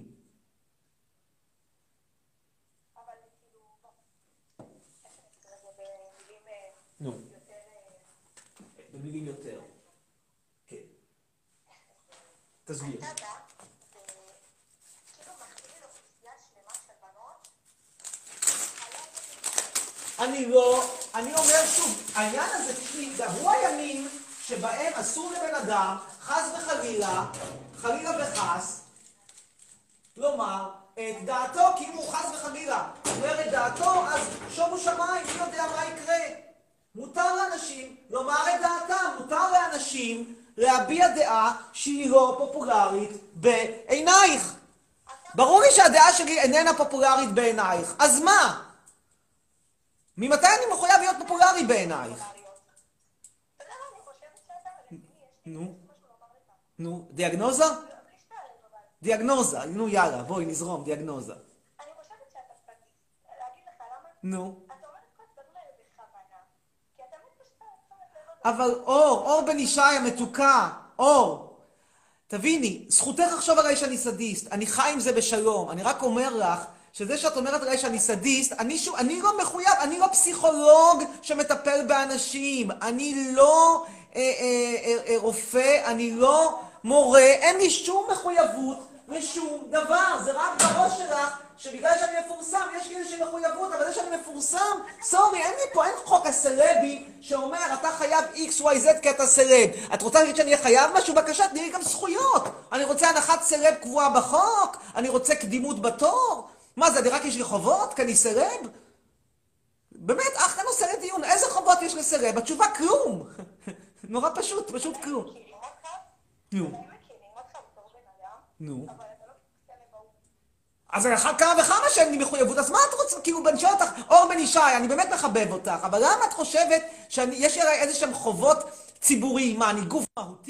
Speaker 5: אבל כאילו, בוא, איך אני אקרא לזה במילים אה,
Speaker 1: נו,
Speaker 5: יותר... אה,
Speaker 1: במילים יותר. כן. תסביר.
Speaker 5: אתה בא, וכאילו מכתיב לאוכלוסייה שלמה של בנות,
Speaker 1: אני לא, אני אומר שוב, העניין הזה, תשמעי, דברו הימים שבהם אסור לבן אדם, חס וחלילה, חלילה וחס, לומר את דעתו, כי אם הוא חס וחלילה אומר את דעתו, אז שומו שמיים, מי יודע מה יקרה. מותר לאנשים לומר את דעתם, מותר לאנשים להביע דעה שהיא לא פופולרית בעינייך. ברור לי שהדעה שלי איננה פופולרית בעינייך, אז מה? ממתי אני מחויב להיות פופולרי בעינייך?
Speaker 5: אתה יודע מה, אני חושבת שאתה רציני, יש לי
Speaker 1: נו,
Speaker 5: משהו לומר לך.
Speaker 1: נו, דיאגנוזה?
Speaker 5: בלי שתעלב, אבל
Speaker 1: דיאגנוזה, נו יאללה, בואי נזרום, דיאגנוזה.
Speaker 5: אני חושבת שאתה סטטיסט. להגיד לך למה?
Speaker 1: נו.
Speaker 5: אתה אומר את כל הדברים האלה בכוונה, כי אתה מתפשט תשומת לב.
Speaker 1: אבל אור, אור בן ישי המתוקה, אור. תביני, זכותך לחשוב עליי שאני סדיסט, אני חי עם זה בשלום, אני רק אומר לך, שזה שאת אומרת עליי שאני סדיסט, אני שוב, אני לא מחויב, אני לא פסיכולוג שמטפל באנשים, אני לא אה, אה, אה, אה, רופא, אני לא מורה, אין לי שום מחויבות לשום דבר, זה רק בראש שלך, שבגלל שאני מפורסם, יש לי איזושהי מחויבות, אבל זה שאני מפורסם, סורי, אין לי פה, אין חוק הסלבי שאומר, אתה חייב איקס וואי זד כי אתה סלב. את רוצה להגיד שאני אהיה חייב משהו? בבקשה, תני לי גם זכויות. אני רוצה הנחת סלב קבועה בחוק, אני רוצה קדימות בתור. מה זה, אני רק יש לי חובות? כי אני סלב? באמת, אחלה נושא לדיון, איזה חובות יש לסלב? התשובה, כלום. נורא פשוט, פשוט כלום.
Speaker 5: מכירים אותך,
Speaker 1: נו,
Speaker 5: הם מכירים אותך בתור בן אדם,
Speaker 1: נו.
Speaker 5: אבל אתה לא סלב ההוא.
Speaker 1: אז על אחת כמה וכמה שאין לי מחויבות, אז מה את רוצה? כאילו, אני שואל אותך, אור בן ישי, אני באמת מחבב אותך, אבל למה את חושבת שיש לי עליי איזה שהם חובות ציבוריים? מה, אני גוף מהותי?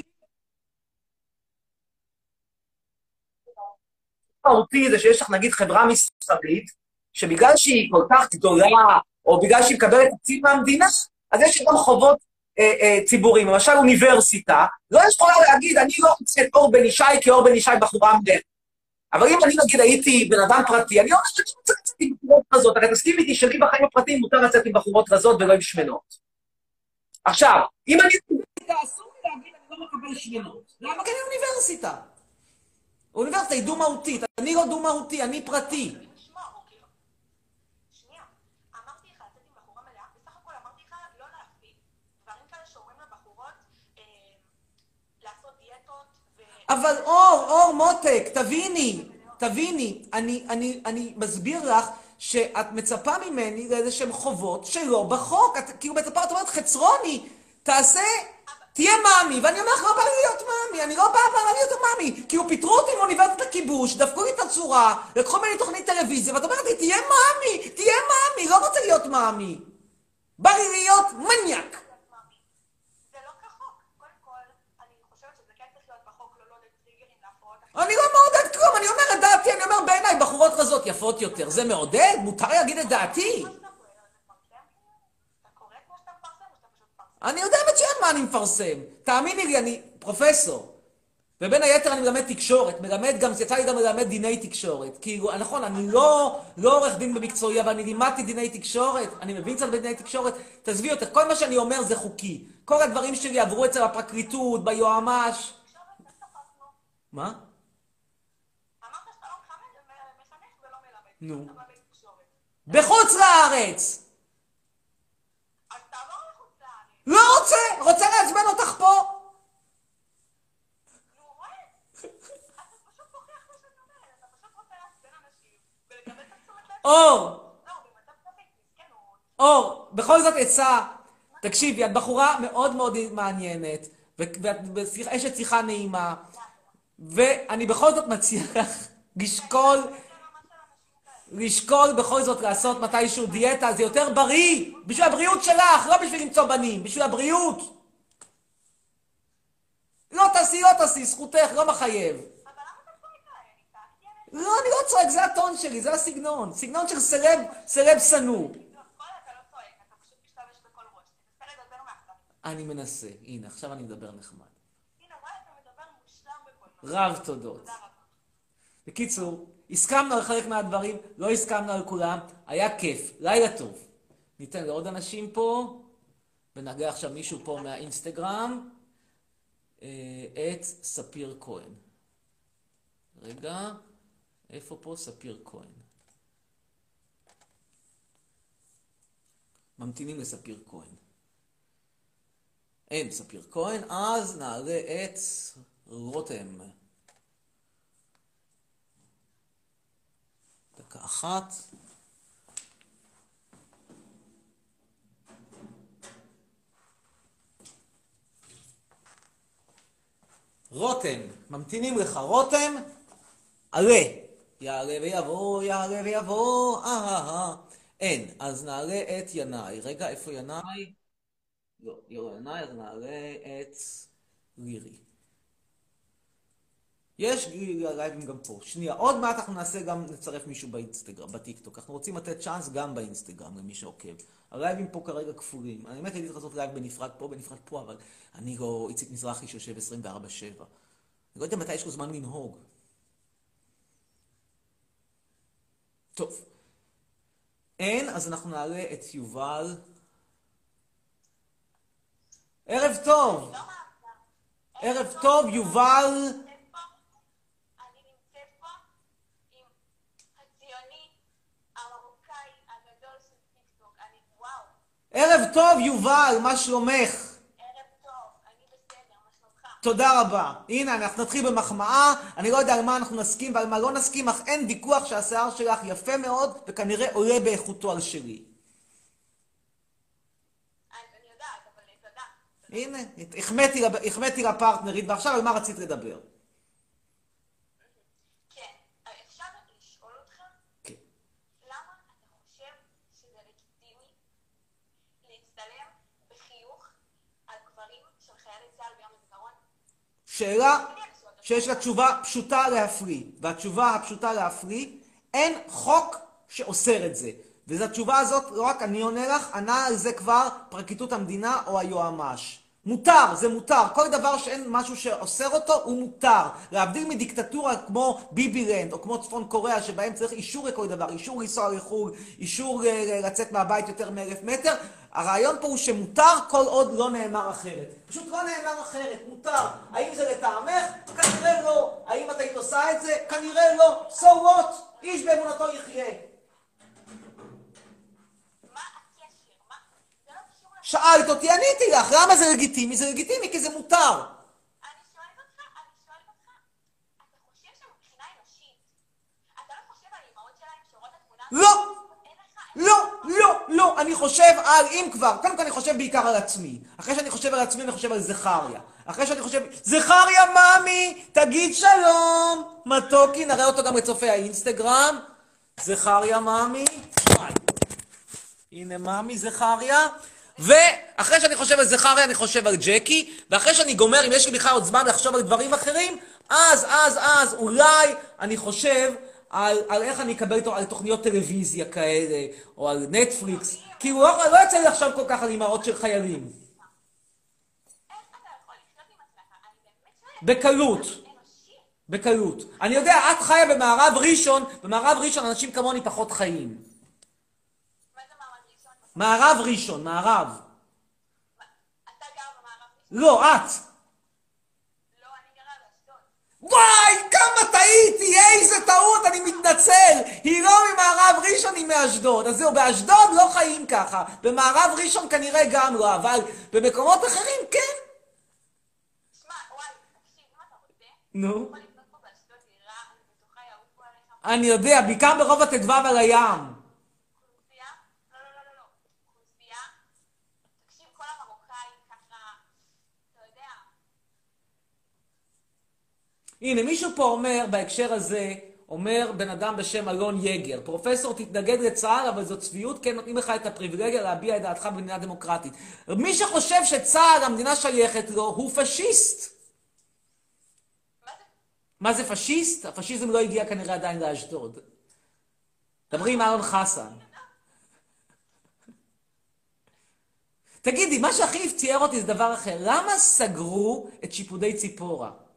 Speaker 1: מהותי זה שיש לך נגיד חברה מסחרית, שבגלל שהיא כל כך גדולה, או בגלל שהיא מקבלת תקציב מהמדינה, אז יש גם חובות אה, אה, ציבוריים. למשל אוניברסיטה, לא יכולה להגיד, אני לא רוצה את אור בן ישי, כי אור בן ישי בחורה מלך. אבל אם אני נגיד הייתי בן אדם פרטי, אני אומר שאני רוצה לצאת עם בחורות רזות, הרי תסכים איתי שלי בחיים הפרטיים מותר לצאת עם בחורות רזות ולא עם שמנות. עכשיו, אם אני אוניברסיטה, אסור לי להגיד, אני לא מקבל שמנות. למה? כי אני אוניברסיטה. אוניברסיטה היא דו-מהותית, אני לא דו-מהותי, אני פרטי.
Speaker 5: תשמע, אוקיי. שנייה, אמרתי לך לצאת עם בחורה מלאה, בסך הכל אמרתי לך לא להקפיד. דברים כאלה שאומרים לבחורות, אה, לעשות דיאטות ו...
Speaker 1: אבל אור, אור מותק, תביני, תביני, אני, אני, אני מסביר לך שאת מצפה ממני לאיזה שהם חובות שלא בחוק, את כאילו מצפה, את אומרת חצרוני, תעשה, תהיה מאמי, ואני אומר לך, לא בא לי להיות מאמי, אני לא בא, בא לי להיות מאמי, כאילו פיטרו אותי מאוניברסיטת הכיבוש, דפקו לי את הצורה, לקחו ממני תוכנית טלוויזיה, ואת אומרת לי, תהיה מאמי, תהיה מאמי, לא רוצה להיות מאמי, בא לי להיות מניאק.
Speaker 5: זה לא כחוק. קודם כל, אני חושבת שזה כן צריך להיות
Speaker 1: בחורות רזות יפות יותר. זה מעודד? מותר להגיד את דעתי. אני יודע מצוין מה אני מפרסם. תאמיני לי, אני פרופסור. ובין היתר אני מלמד תקשורת, מלמד גם, יצא לי גם ללמד דיני תקשורת. כאילו, נכון, אני לא, לא עורך דין במקצועי, אבל אני לימדתי דיני תקשורת, אני מבין קצת בדיני תקשורת. תעזבי אותך, כל מה שאני אומר זה חוקי. כל הדברים שלי עברו אצל הפרקליטות, ביועמ"ש. מה?
Speaker 5: אמרת שאתה לא מחנך ולא מלמד.
Speaker 1: נו.
Speaker 5: אבל בתקשורת.
Speaker 1: בחוץ לארץ!
Speaker 5: אז תעבור לחוץ לארץ.
Speaker 1: לא רוצה! רוצה לעצבן אותך פה!
Speaker 5: נו, רואה? אתה פשוט מוכיח מה שאני אומרת. אתה פשוט רוצה לעצבן אנשים ולקבל את התשומת לב.
Speaker 1: אור!
Speaker 5: לא, במצב כזה, מסכנות.
Speaker 1: אור, בכל זאת עצה. תקשיבי, את בחורה מאוד מאוד מעניינת, ואת אשת שיחה נעימה, ואני בכל זאת מציע לך לשקול, לשקול בכל זאת לעשות מתישהו דיאטה, זה יותר בריא, בשביל הבריאות שלך, לא בשביל למצוא בנים, בשביל הבריאות. לא תעשי, לא תעשי, זכותך, לא מחייב.
Speaker 5: אבל למה אתה צועק עליי? אני צעקתי עליך.
Speaker 1: לא, אני לא צועק, זה הטון שלי, זה הסגנון. סגנון של סלב, סלב שנוא.
Speaker 5: לא, כל אתה לא צועק, אתה פשוט משתמש בכל ראש. תנסה לדבר מהחלטה.
Speaker 1: אני מנסה, הנה, עכשיו אני מדבר נחמד.
Speaker 5: הנה, וואי, אתה מדבר מושלם בכל מה.
Speaker 1: רב תודות.
Speaker 5: תודה רבה.
Speaker 1: בקיצור, הסכמנו על חלק מהדברים, לא הסכמנו על כולם, היה כיף, לילה טוב. ניתן לעוד אנשים פה, ונגע עכשיו מישהו פה מהאינסטגרם, אה, את ספיר כהן. רגע, איפה פה ספיר כהן? ממתינים לספיר כהן. אין ספיר כהן, אז נעלה את רותם. דקה אחת. רותם, ממתינים לך. רותם, עלה. יעלה ויבוא, יעלה ויבוא, אה אה אה. אין, אז נעלה את ינאי. רגע, איפה ינאי? לא, לא ינאי, אז נעלה את לירי. יש לייבים גם פה. שנייה, עוד מעט אנחנו נעשה גם, נצרף מישהו באינסטגרם, בטיקטוק. אנחנו רוצים לתת צ'אנס גם באינסטגרם למי שעוקב. הלייבים פה כרגע כפולים. אני באמת הייתי צריך לעשות לייב בנפרד פה, בנפרד פה, אבל אני לא איציק מזרחי שיושב עשרים וארבע שבע. אני לא יודע מתי יש לו זמן לנהוג. טוב. אין, אז אנחנו נעלה את יובל. ערב טוב. ערב טוב, יובל.
Speaker 5: אני נמצאת פה עם הציוני המרוקאי הגדול של טיקטוק. אני, וואו,
Speaker 1: ערב טוב, יובל, מה שלומך?
Speaker 5: ערב טוב, אני בסדר, מה שלומך?
Speaker 1: תודה רבה. הנה, אנחנו נתחיל במחמאה. אני לא יודע על מה אנחנו נסכים ועל מה לא נסכים, אך אין ויכוח שהשיער שלך יפה מאוד, וכנראה עולה באיכותו על שלי.
Speaker 5: אני יודעת, אבל תודה.
Speaker 1: הנה, החמאתי לב- החמאתי לפרטנרית, ועכשיו על מה רצית לדבר?
Speaker 5: כן, אפשר לשאול אותך?
Speaker 1: כן.
Speaker 5: למה אתה חושב שזה לגיטימי להצטלם בחיוך על קברים של חיילי צה"ל ביום הזיכרון?
Speaker 1: שאלה שיש לה תשובה פשוטה להפליא, והתשובה הפשוטה להפליא, אין חוק שאוסר את זה. וזו התשובה הזאת, לא רק אני עונה לך, ענה על זה כבר פרקליטות המדינה או היועמ"ש. מותר, זה מותר. כל דבר שאין משהו שאוסר אותו, הוא מותר. להבדיל מדיקטטורה כמו ביבילנד, או כמו צפון קוריאה, שבהם צריך אישור לכל דבר, אישור לנסוע לחו"ל, אישור אה, לצאת מהבית יותר מאלף מטר. הרעיון פה הוא שמותר כל עוד לא נאמר אחרת. פשוט לא נאמר אחרת, מותר. האם זה לטעמך? כנראה לא. האם את היית עושה את זה? כנראה לא. So what? איש באמונתו יחיה.
Speaker 5: מה הקשר? מה? זה לא קשור ל...
Speaker 1: שאלת אותי, עניתי לך. למה זה לגיטימי? זה לגיטימי כי זה מותר.
Speaker 5: אני שואלת אותך, אני שואלת אותך, אתה חושב שמבחינה אנושית, אתה לא חושב על האימהות שלהם שרואות את התמונה?
Speaker 1: לא!
Speaker 5: אין לך...
Speaker 1: לא, לא, לא, אני חושב על, אם כבר, קודם כל אני חושב בעיקר על עצמי. אחרי שאני חושב על עצמי, אני חושב על זכריה. אחרי שאני חושב, זכריה ממי, תגיד שלום, מתוקי, נראה אותו גם לצופי האינסטגרם. זכריה ממי, הנה ממי זכריה. ואחרי שאני חושב על זכריה, אני חושב על ג'קי. ואחרי שאני גומר, אם יש לי בכלל עוד זמן לחשוב על דברים אחרים, אז, אז, אז, אולי אני חושב על, על איך אני אקבל איתו, על תוכניות טלוויזיה כאלה, או על נטפליקס. כאילו, לא, לא יצא לי לחשוב כל כך על אימהות של חיילים.
Speaker 5: איך אתה יכול לחיות עם עצמך? אני באמת שואלת.
Speaker 1: בקלות.
Speaker 5: אנושי.
Speaker 1: בקלות. אני יודע, את חיה במערב ראשון, במערב ראשון אנשים כמוני פחות חיים.
Speaker 5: מה זה מעמד ראשון?
Speaker 1: מערב ראשון, מערב.
Speaker 5: אתה גר במערב ראשון?
Speaker 1: לא, את.
Speaker 5: לא, אני גרה באשדוד.
Speaker 1: וואי, כמה טעיתי, איזה טעות, אני מתנצל. היא לא ממערב ראשון, היא מאשדוד. אז זהו, באשדוד לא חיים ככה. במערב ראשון כנראה גם לא, אבל במקומות אחרים כן.
Speaker 5: שמע, וואי, תקשיב, אם אתה רוצה,
Speaker 1: נו.
Speaker 5: יכול לקנות פה באשדוד דירה, אני בטוחה יעופו עליך.
Speaker 1: אני יודע, בעיקר ברוב הט"ו על הים.
Speaker 5: אוכלוסייה? לא, לא, לא, לא, לא. אוכלוסייה? תקשיב, כל המרוקאים ככה, אתה יודע,
Speaker 1: הנה, מישהו פה אומר, בהקשר הזה, אומר בן אדם בשם אלון יגר, פרופסור, תתנגד לצה"ל, אבל זו צביעות, כן נותנים לך את הפריבילגיה להביע את דעתך במדינה דמוקרטית. מי שחושב שצה"ל, המדינה שייכת לו, הוא פשיסט.
Speaker 5: מה זה?
Speaker 1: מה זה פשיסט? הפשיזם לא הגיע כנראה עדיין לאשדוד. דברי עם אלון חסן. תגידי, מה שהכי צייר אותי זה דבר אחר. למה סגרו את שיפודי ציפורה?
Speaker 5: אני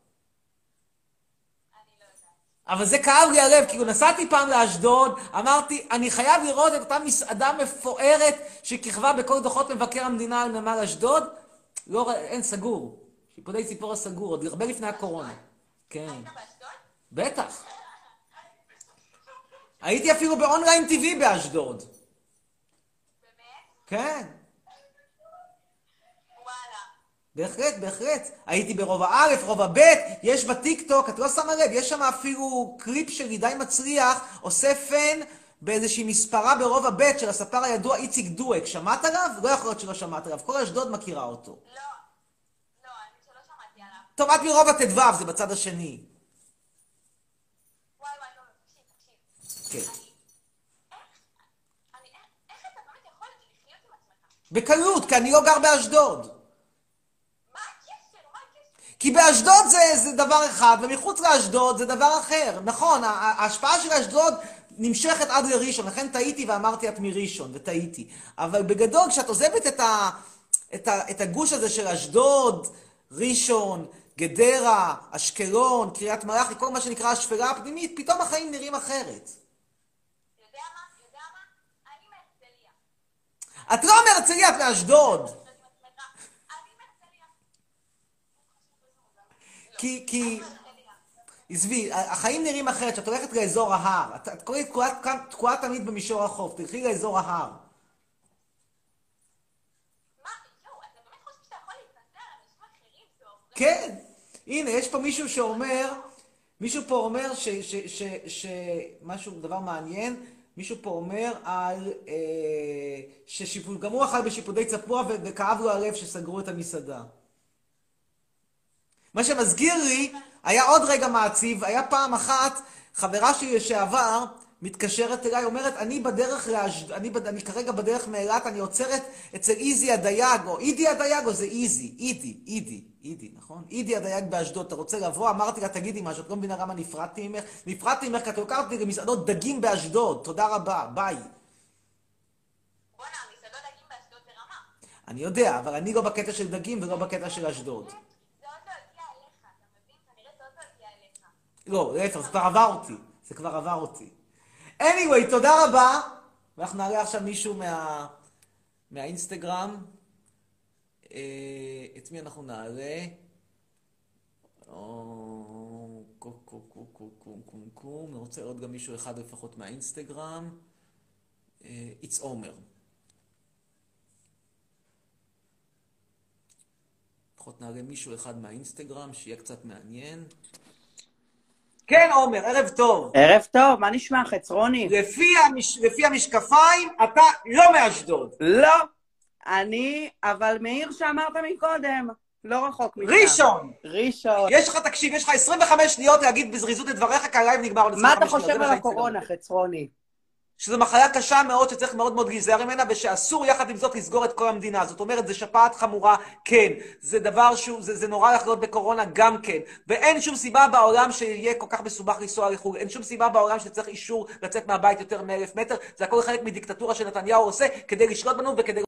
Speaker 5: לא יודעת.
Speaker 1: אבל זה כאב לי הלב, כאילו נסעתי פעם לאשדוד, אמרתי, אני חייב לראות את אותה מסעדה מפוארת שכיכבה בכל דוחות מבקר המדינה על נמל אשדוד. לא, אין, סגור. שיפודי ציפורה סגור, עוד הרבה לפני הקורונה. כן.
Speaker 5: היית באשדוד?
Speaker 1: בטח. הייתי אפילו באונליין טי וי באשדוד.
Speaker 5: באמת?
Speaker 1: כן.
Speaker 5: וואלה.
Speaker 1: בהחלט, בהחלט. הייתי ברובע א', רובע ב', יש בטיקטוק, את לא שמה לב, יש שם אפילו קליפ שלי די מצליח, עושה פן באיזושהי מספרה ברובע ב' של הספר הידוע איציק דואק. שמעת עליו? לא יכול להיות שלא שמעת עליו. כל אשדוד מכירה אותו.
Speaker 5: לא. לא, האמת שלא שמעתי עליו.
Speaker 1: טוב, את מרובע ט"ו, זה בצד השני.
Speaker 5: וואי וואי, לא, תקשיב, תקשיב.
Speaker 1: כן.
Speaker 5: אני, איך, איך אתה באמת יכול לחיות עם עצמך?
Speaker 1: בקלות, כי אני לא גר באשדוד.
Speaker 5: מה הקשר? מה הקשר?
Speaker 1: כי באשדוד זה, זה דבר אחד, ומחוץ לאשדוד זה דבר אחר. נכון, ה- ההשפעה של אשדוד נמשכת עד לראשון, לכן טעיתי ואמרתי את מראשון, וטעיתי. אבל בגדול, כשאת עוזבת את, ה, את, ה, את הגוש הזה של אשדוד, ראשון, גדרה, אשקלון, קריית מלאכי, כל מה שנקרא השפלה הפנימית, פתאום החיים נראים אחרת.
Speaker 5: יודע מה? יודע מה? אני מהרצליה.
Speaker 1: את לא מהרצליה, את מאשדוד.
Speaker 5: לחיות עם עצמך. אני מהרצליה.
Speaker 1: כי, כי,
Speaker 5: מהרצליה.
Speaker 1: עזבי, החיים נראים אחרת, כשאת הולכת לאזור ההר. את, את קוראת תקועה, תקועה תמיד במישור החוף, תלכי לאזור ההר.
Speaker 5: מה? יואו, אתה באמת חושב שאתה יכול להתנצל על אנשים אחרים שעוברים?
Speaker 1: כן. הנה, יש פה מישהו שאומר, מישהו פה אומר ש, ש, ש, ש, משהו, דבר מעניין, מישהו פה אומר על, אה, שגם הוא אכל בשיפודי צפוע ו- וכאב לו הלב שסגרו את המסעדה. מה שמזכיר לי, היה עוד רגע מעציב, היה פעם אחת, חברה שלי לשעבר, מתקשרת אליי, אומרת, אני בדרך לאשדוד, אני, בד... אני כרגע בדרך מאילת, אני עוצרת אצל איזי הדייג, או אידי הדייג, או זה איזי, אידי, אידי, אידי, נכון? אידי הדייג באשדוד, אתה רוצה לבוא? אמרתי לה, תגידי משהו, את לא מבינה למה נפרדתי ממך? נפרדתי ממך, כי את לוקחת אותי למסעדות דגים באשדוד, תודה רבה, ביי.
Speaker 5: בואנה, המסעדות דגים באשדוד זה רמה.
Speaker 1: אני יודע, אבל אני לא בקטע של דגים ולא בקטע של אשדוד.
Speaker 5: זה עוד לא הגיע אליך, אתה מבין? כנראה זה עוד לא הגיע אליך.
Speaker 1: לא, להפך, זה כבר עבר אותי, זה כבר עבר אותי. anyway, תודה רבה. ואנחנו נעלה עכשיו מישהו מה... מהאינסטגרם. אה, את מי אנחנו נעלה? או... קו קו קו קו קו קו קו. אני רוצה עוד גם מישהו אחד לפחות מהאינסטגרם. אה, It's עומר. לפחות נעלה מישהו אחד מהאינסטגרם, שיהיה קצת מעניין. כן, עומר, ערב טוב.
Speaker 7: ערב טוב, מה נשמע, חצרוני?
Speaker 1: לפי, המש... לפי המשקפיים, אתה לא מאשדוד.
Speaker 7: לא, אני, אבל מאיר שאמרת מקודם, לא רחוק משם.
Speaker 1: ראשון!
Speaker 7: ראשון.
Speaker 1: יש לך, תקשיב, יש לך עשרים וחמש שניות להגיד בזריזות את דבריך, כי הלייב נגמר עוד
Speaker 7: מה
Speaker 1: עשרים וחמש
Speaker 7: אתה
Speaker 1: שניות.
Speaker 7: חושב
Speaker 1: זה
Speaker 7: על
Speaker 1: מה שהצגת.
Speaker 7: הקורונה, חצרוני?
Speaker 1: שזו מחלה קשה מאוד שצריך מאוד מאוד להיזהר ממנה, ושאסור יחד עם זאת לסגור את כל המדינה. זאת אומרת, זה שפעת חמורה, כן. זה דבר שהוא, זה, זה נורא לחלות בקורונה, גם כן. ואין שום סיבה בעולם שיהיה כל כך מסובך לנסוע לחו"ל. אין שום סיבה בעולם שצריך אישור לצאת מהבית יותר מאלף מטר. זה הכל חלק מדיקטטורה שנתניהו עושה כדי לשלוט בנו וכדי...